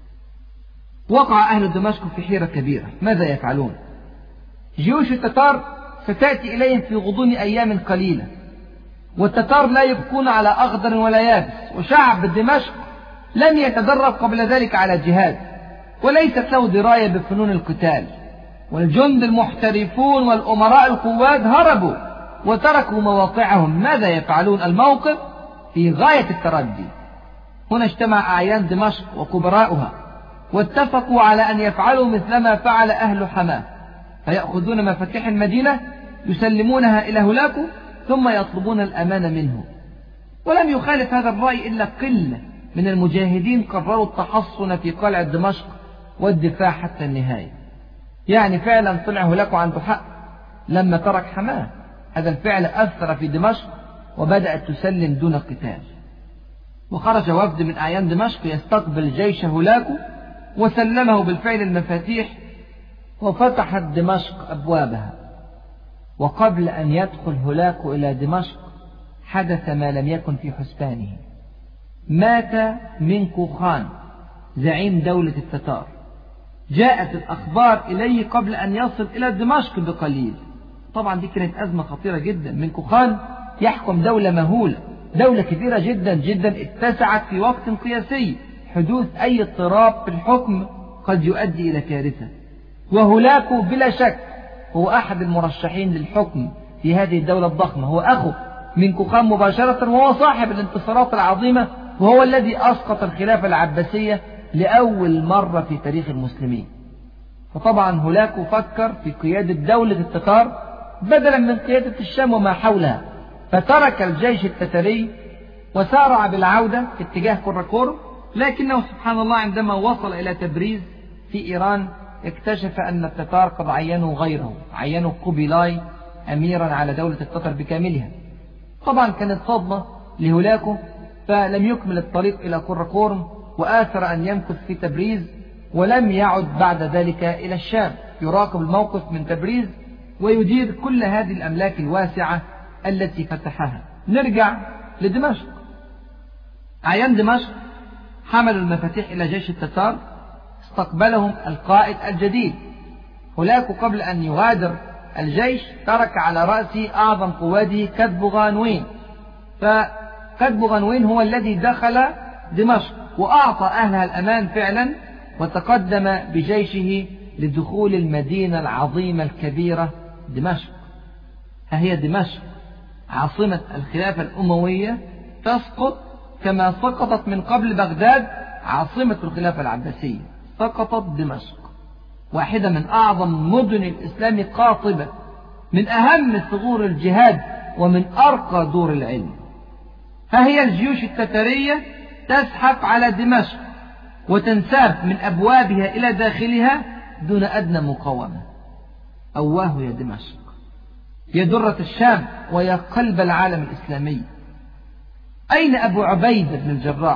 وقع أهل دمشق في حيرة كبيرة، ماذا يفعلون؟ جيوش التتار ستأتي إليهم في غضون أيام قليلة، والتتار لا يبقون على أخضر ولا يابس، وشعب دمشق لم يتدرب قبل ذلك على جهاد، وليست له دراية بفنون القتال، والجند المحترفون والأمراء القواد هربوا وتركوا مواقعهم. ماذا يفعلون؟ الموقف في غاية التردي. هنا اجتمع أعيان دمشق وكبراؤها واتفقوا على أن يفعلوا مثلما فعل أهل حماة، فيأخذون مفاتيح المدينة يسلمونها إلى هولاكو ثم يطلبون الأمان منه. ولم يخالف هذا الرأي إلا قلة من المجاهدين قرروا التحصن في قلعة دمشق والدفاع حتى النهاية. يعني فعلا طلع هولاكو عنده حق لما ترك حماة. هذا الفعل أثر في دمشق وبدأت تسلم دون قتال. وخرج وفد من أعيان دمشق يستقبل جيش هولاكو وسلمه بالفعل المفاتيح، وفتحت دمشق أبوابها. وقبل أن يدخل هولاكو إلى دمشق حدث ما لم يكن في حسبانه. مات منكو خان زعيم دولة التتار، جاءت الأخبار إليه قبل أن يصل إلى دمشق بقليل. طبعا دي كانت أزمة خطيرة جدا. منكو خان يحكم دولة مهولة، دولة كبيرة جدا جدا اتسعت في وقت قياسي. حدوث أي اضطراب في الحكم قد يؤدي إلى كارثة. وهولاكو بلا شك هو أحد المرشحين للحكم في هذه الدولة الضخمة، هو أخو منكو خان مباشرة، وهو صاحب الانتصارات العظيمة، وهو الذي أسقط الخلافة العباسية لأول مرة في تاريخ المسلمين. فطبعا هولاكو فكر في قيادة دولة التتار بدلا من قيادة الشام وما حولها، فترك الجيش التتري وسارع بالعودة في اتجاه كراكور. لكنه سبحان الله عندما وصل إلى تبريز في إيران اكتشف أن التتار قد عينوا غيره، عينوا قوبيلاي أميرا على دولة التتر بكاملها. طبعا كانت صدمة لهولاكو، فلم يكمل الطريق إلى كراكورم، وآثر أن يمكث في تبريز، ولم يعد بعد ذلك إلى الشام، يراقب الموقف من تبريز ويدير كل هذه الأملاك الواسعة التي فتحها. نرجع لدمشق. أعيان دمشق حملوا المفاتيح إلى جيش التتار، استقبلهم القائد الجديد. هولاكو قبل أن يغادر الجيش ترك على رأسه أعظم قواده كتبغانوين، فكتبغانوين هو الذي دخل دمشق وأعطى أهلها الأمان فعلا، وتقدم بجيشه لدخول المدينة العظيمة الكبيرة دمشق. ها هي دمشق عاصمة الخلافة الأموية تسقط كما سقطت من قبل بغداد عاصمة الخلافة العباسية. سقطت دمشق، واحدة من أعظم مدن الإسلام قاطبة، من أهم ثغور الجهاد ومن أرقى دور العلم. ها هي الجيوش التترية تزحف على دمشق وتنساب من أبوابها إلى داخلها دون أدنى مقاومة. أواه يا دمشق، يا درة الشام ويا قلب العالم الإسلامي. أين أبو عبيدة بن الجراح؟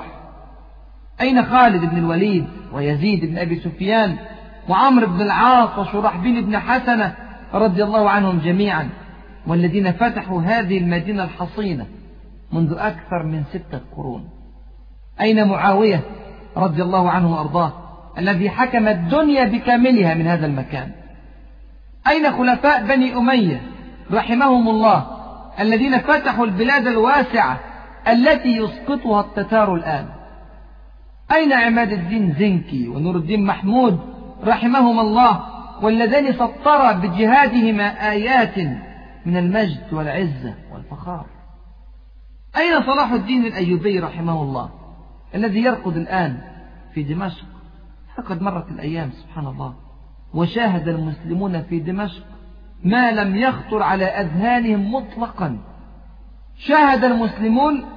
أين خالد بن الوليد ويزيد بن أبي سفيان وعمرو بن العاص وشرحبيل بن حسنة رضي الله عنهم جميعا، والذين فتحوا هذه المدينة الحصينة منذ أكثر من 6 قرون؟ أين معاوية رضي الله عنه وأرضاه الذي حكم الدنيا بكاملها من هذا المكان؟ أين خلفاء بني أمية رحمهم الله الذين فتحوا البلاد الواسعة التي يسقطها التتار الآن؟ أين عماد الدين زنكي ونور الدين محمود رحمهما الله، واللذان سطرا بجهادهما آيات من المجد والعزة والفخار؟ أين صلاح الدين الأيوبي رحمه الله الذي يرقد الآن في دمشق؟ فقد مرت الأيام سبحان الله، وشاهد المسلمون في دمشق ما لم يخطر على أذهانهم مطلقا. شاهد المسلمون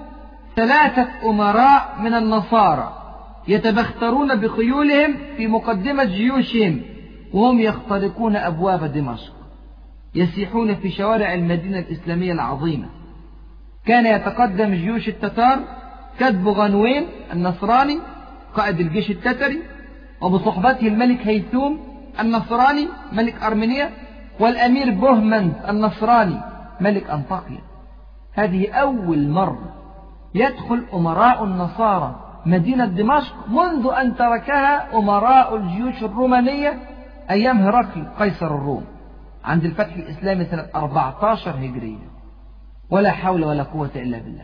3 أمراء من النصارى يتبخترون بخيولهم في مقدمة جيوشهم، وهم يخترقون أبواب دمشق، يسيحون في شوارع المدينة الإسلامية العظيمة. كان يتقدم جيوش التتار كتبغانوين النصراني قائد الجيش التتري، وبصحبته الملك هيثوم النصراني ملك أرمينيا، والأمير بوهمند النصراني ملك أنطاكيا. هذه أول مرة يدخل أمراء النصارى مدينة دمشق منذ أن تركها أمراء الجيوش الرومانية أيام هرقل قيصر الروم عند الفتح الإسلامي سنة 14 هجرية. ولا حول ولا قوة إلا بالله.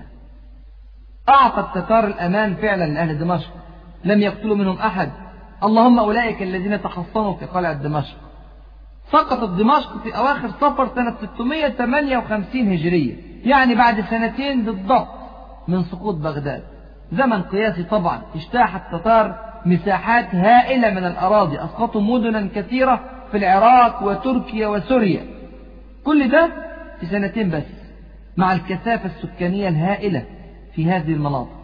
أعطى التتار الأمان فعلا لأهل دمشق، لم يقتلوا منهم أحد، اللهم أولئك الذين تحصنوا في قلعة دمشق. سقطت دمشق في أواخر صفر سنة 658 هجرية، يعني بعد 2 بالضبط من سقوط بغداد. زمن قياسي طبعا. اجتاح التتار مساحات هائلة من الأراضي، أسقطوا مدنا كثيرة في العراق وتركيا وسوريا، كل ده في 2 بس، مع الكثافة السكانية الهائلة في هذه المناطق.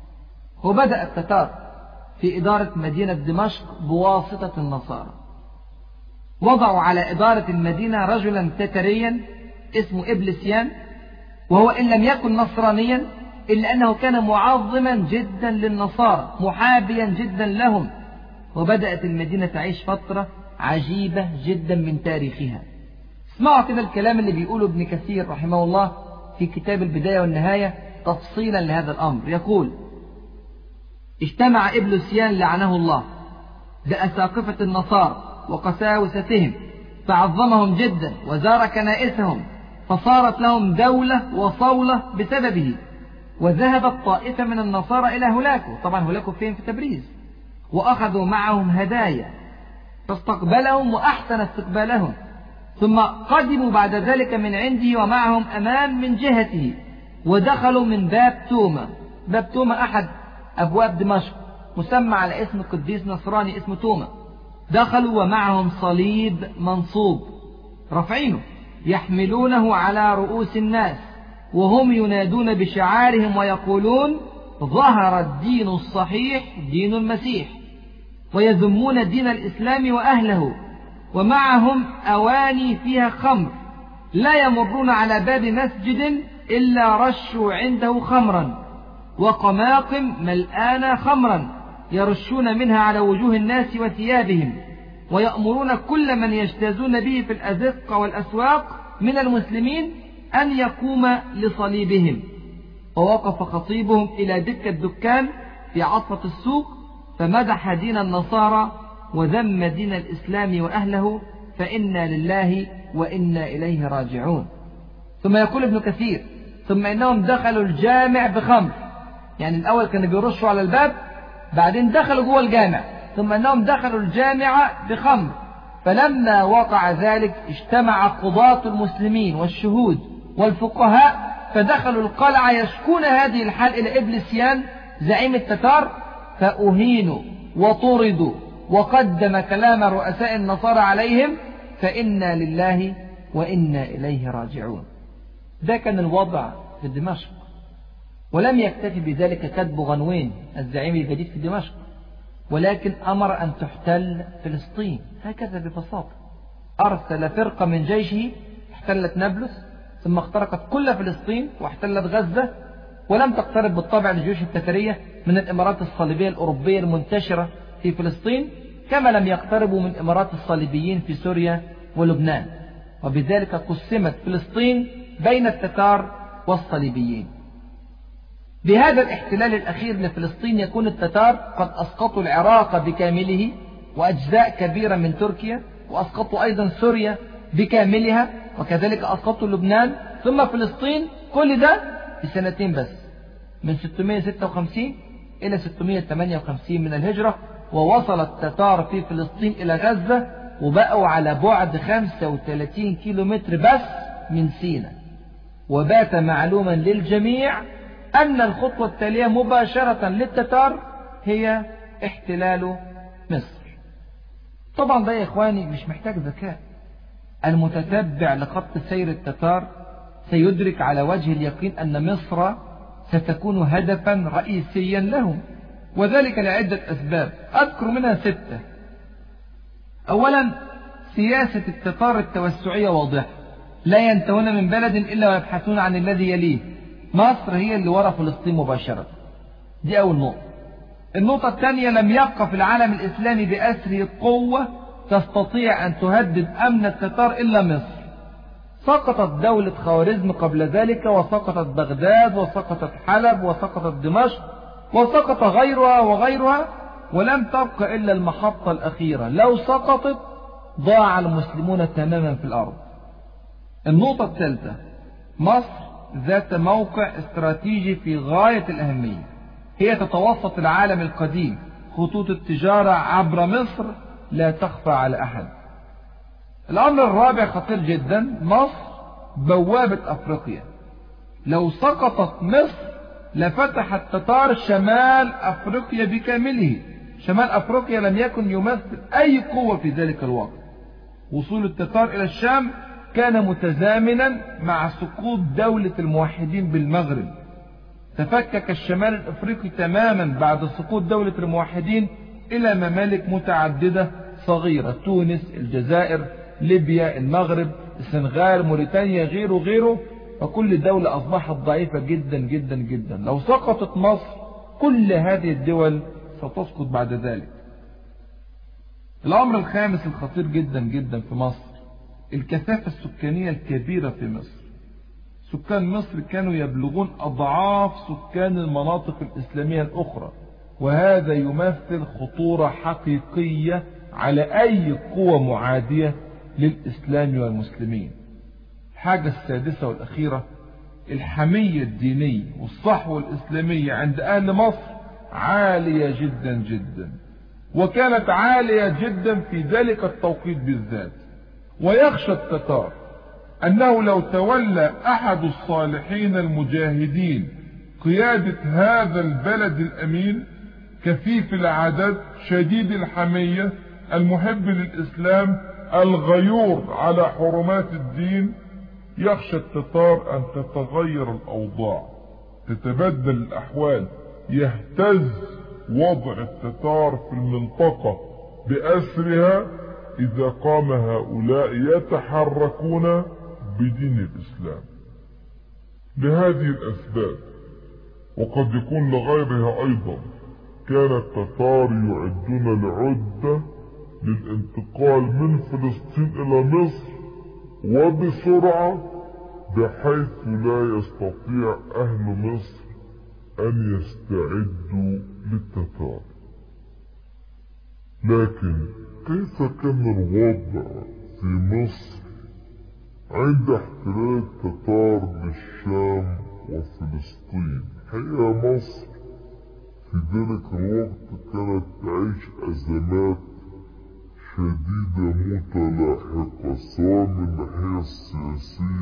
وبدأ التتار في إدارة مدينة دمشق بواسطة النصارى. وضعوا على إدارة المدينة رجلا تتريا اسمه إبلسيان، وهو إن لم يكن نصرانيا إلا أنه كان معظما جدا للنصارى، محابيا جدا لهم. وبدأت المدينة تعيش فترة عجيبة جدا من تاريخها. اسمعوا كده الكلام اللي بيقوله ابن كثير رحمه الله في كتاب البداية والنهاية تفصيلا لهذا الأمر. يقول: اجتمع إبلسيان لعنه الله بأساقفة النصارى وقساوستهم، فعظمهم جدا وزار كنائسهم، فصارت لهم دولة وصولة بسببه. وذهبت طائفة من النصارى إلى هولاكو، طبعا هولاكو فين؟ في تبريز، وأخذوا معهم هدايا، فاستقبلهم وأحسن استقبالهم، ثم قدموا بعد ذلك من عنده ومعهم أمان من جهته، ودخلوا من باب توما. باب توما أحد أبواب دمشق، مسمى على اسم قديس نصراني اسمه توما. دخلوا ومعهم صليب منصوب رفعينه، يحملونه على رؤوس الناس، وهم ينادون بشعارهم ويقولون: ظهر الدين الصحيح دين المسيح، ويذمون دين الإسلام وأهله. ومعهم أواني فيها خمر، لا يمرون على باب مسجد إلا رشوا عنده خمرا، وقماقم ملآنة خمرا يرشون منها على وجوه الناس وثيابهم، ويأمرون كل من يجتازون به في الأزقة والأسواق من المسلمين أن يقوم لصليبهم. ووقف خطيبهم إلى دكة دكان في عطفة السوق، فمدح دين النصارى وذم دين الإسلام وأهله، فإنا لله وإنا إليه راجعون. ثم يقول ابن كثير: ثم إنهم دخلوا الجامع بخمر، يعني الأول كانوا بيرشوا على الباب، بعدين دخلوا جوه الجامع، ثم إنهم دخلوا الجامع بخمر. فلما وقع ذلك اجتمع قضاة المسلمين والشهود والفقهاء، فدخلوا القلعة يشكون هذه الحال إلى إبلسيان زعيم التتار، فأهينوا وطردوا، وقدم كلام رؤساء النصارى عليهم، فإنا لله وإنا إليه راجعون. ده كان الوضع في دمشق. ولم يكتفي بذلك كتب غنوين الزعيم الجديد في دمشق، ولكن أمر أن تحتل فلسطين هكذا ببساطة. أرسل فرقة من جيشه احتلت نابلس، ثم اخترقت كل فلسطين واحتلت غزة، ولم تقترب بالطبع الجيوش التترية من الإمارات الصليبية الأوروبية المنتشرة في فلسطين، كما لم يقتربوا من إمارات الصليبيين في سوريا ولبنان. وبذلك قسمت فلسطين بين التتار والصليبيين. بهذا الاحتلال الأخير لفلسطين يكون التتار قد أسقطوا العراق بكامله وأجزاء كبيرة من تركيا، وأسقطوا أيضا سوريا بكاملها، وكذلك أسقطوا لبنان، ثم فلسطين. كل ده في سنتين بس، من 656 إلى 658 من الهجرة. ووصل التتار في فلسطين إلى غزة، وبقوا على بعد 35 كيلومتر بس من سيناء. وبات معلوما للجميع أن الخطوة التالية مباشرة للتتار هي احتلال مصر. طبعا ده يا إخواني مش محتاج ذكاء. المتتبع لخط سير التتار سيدرك على وجه اليقين أن مصر ستكون هدفا رئيسيا لهم، وذلك لعدة أسباب أذكر منها 6. أولا، سياسة التتار التوسعية واضحة، لا ينتهون من بلد إلا ويبحثون عن الذي يليه. مصر هي اللي وراء فلسطين مباشرة، دي أول نقطة. النقطة الثانية، لم يبقى في العالم الإسلامي بأسره قوة تستطيع أن تهدد أمن التتار إلا مصر. سقطت دولة خوارزم قبل ذلك، وسقطت بغداد، وسقطت حلب، وسقطت دمشق، وسقط غيرها وغيرها، ولم تبقى إلا المحطة الأخيرة. لو سقطت ضاع المسلمون تماما في الأرض. النقطة الثالثة، مصر ذات موقع استراتيجي في غاية الأهمية، هي تتوسط العالم القديم، خطوط التجارة عبر مصر لا تخفى على أحد. الأمر الرابع خطير جدا، مصر بوابة أفريقيا. لو سقطت مصر لفتح التتار شمال أفريقيا بكامله. شمال أفريقيا لم يكن يمثل أي قوة في ذلك الوقت. وصول التتار إلى الشام كان متزامنا مع سقوط دولة الموحدين بالمغرب. تفكك الشمال الأفريقي تماما بعد سقوط دولة الموحدين إلى ممالك متعددة صغيرة، تونس، الجزائر، ليبيا، المغرب، السنغال، موريتانيا، غيره، وكل دولة أصبحت ضعيفة جدا جدا جدا. لو سقطت مصر كل هذه الدول ستسقط بعد ذلك. الأمر الخامس الخطير جدا جدا في مصر، الكثافة السكانية الكبيرة في مصر. سكان مصر كانوا يبلغون أضعاف سكان المناطق الإسلامية الأخرى، وهذا يمثل خطورة حقيقية على أي قوة معادية للإسلام والمسلمين. الحاجة السادسة والأخيرة، الحمية الدينية والصحوة الإسلامية عند أهل مصر عالية جدا جدا، وكانت عالية جدا في ذلك التوقيت بالذات. ويخشى التتار أنه لو تولى أحد الصالحين المجاهدين قيادة هذا البلد الأمين، كثيف العدد، شديد الحمية، المحب للإسلام، الغيور على حرمات الدين، يخشى التتار أن تتغير الأوضاع، تتبدل الأحوال، يهتز وضع التتار في المنطقة بأسرها إذا قام هؤلاء يتحركون بدين الإسلام. لهذه الأسباب وقد يكون لغيرها أيضا، كان التتار يعدون العدة للانتقال من فلسطين إلى مصر وبسرعة، بحيث لا يستطيع أهل مصر أن يستعدوا للتتار. لكن كيف كان الوضع في مصر عند احتلال التتار للشام وفلسطين؟ هي مصر في ذلك الوقت كانت تعيش أزمات شديدة متلاحقة، سواء من الناحية السياسية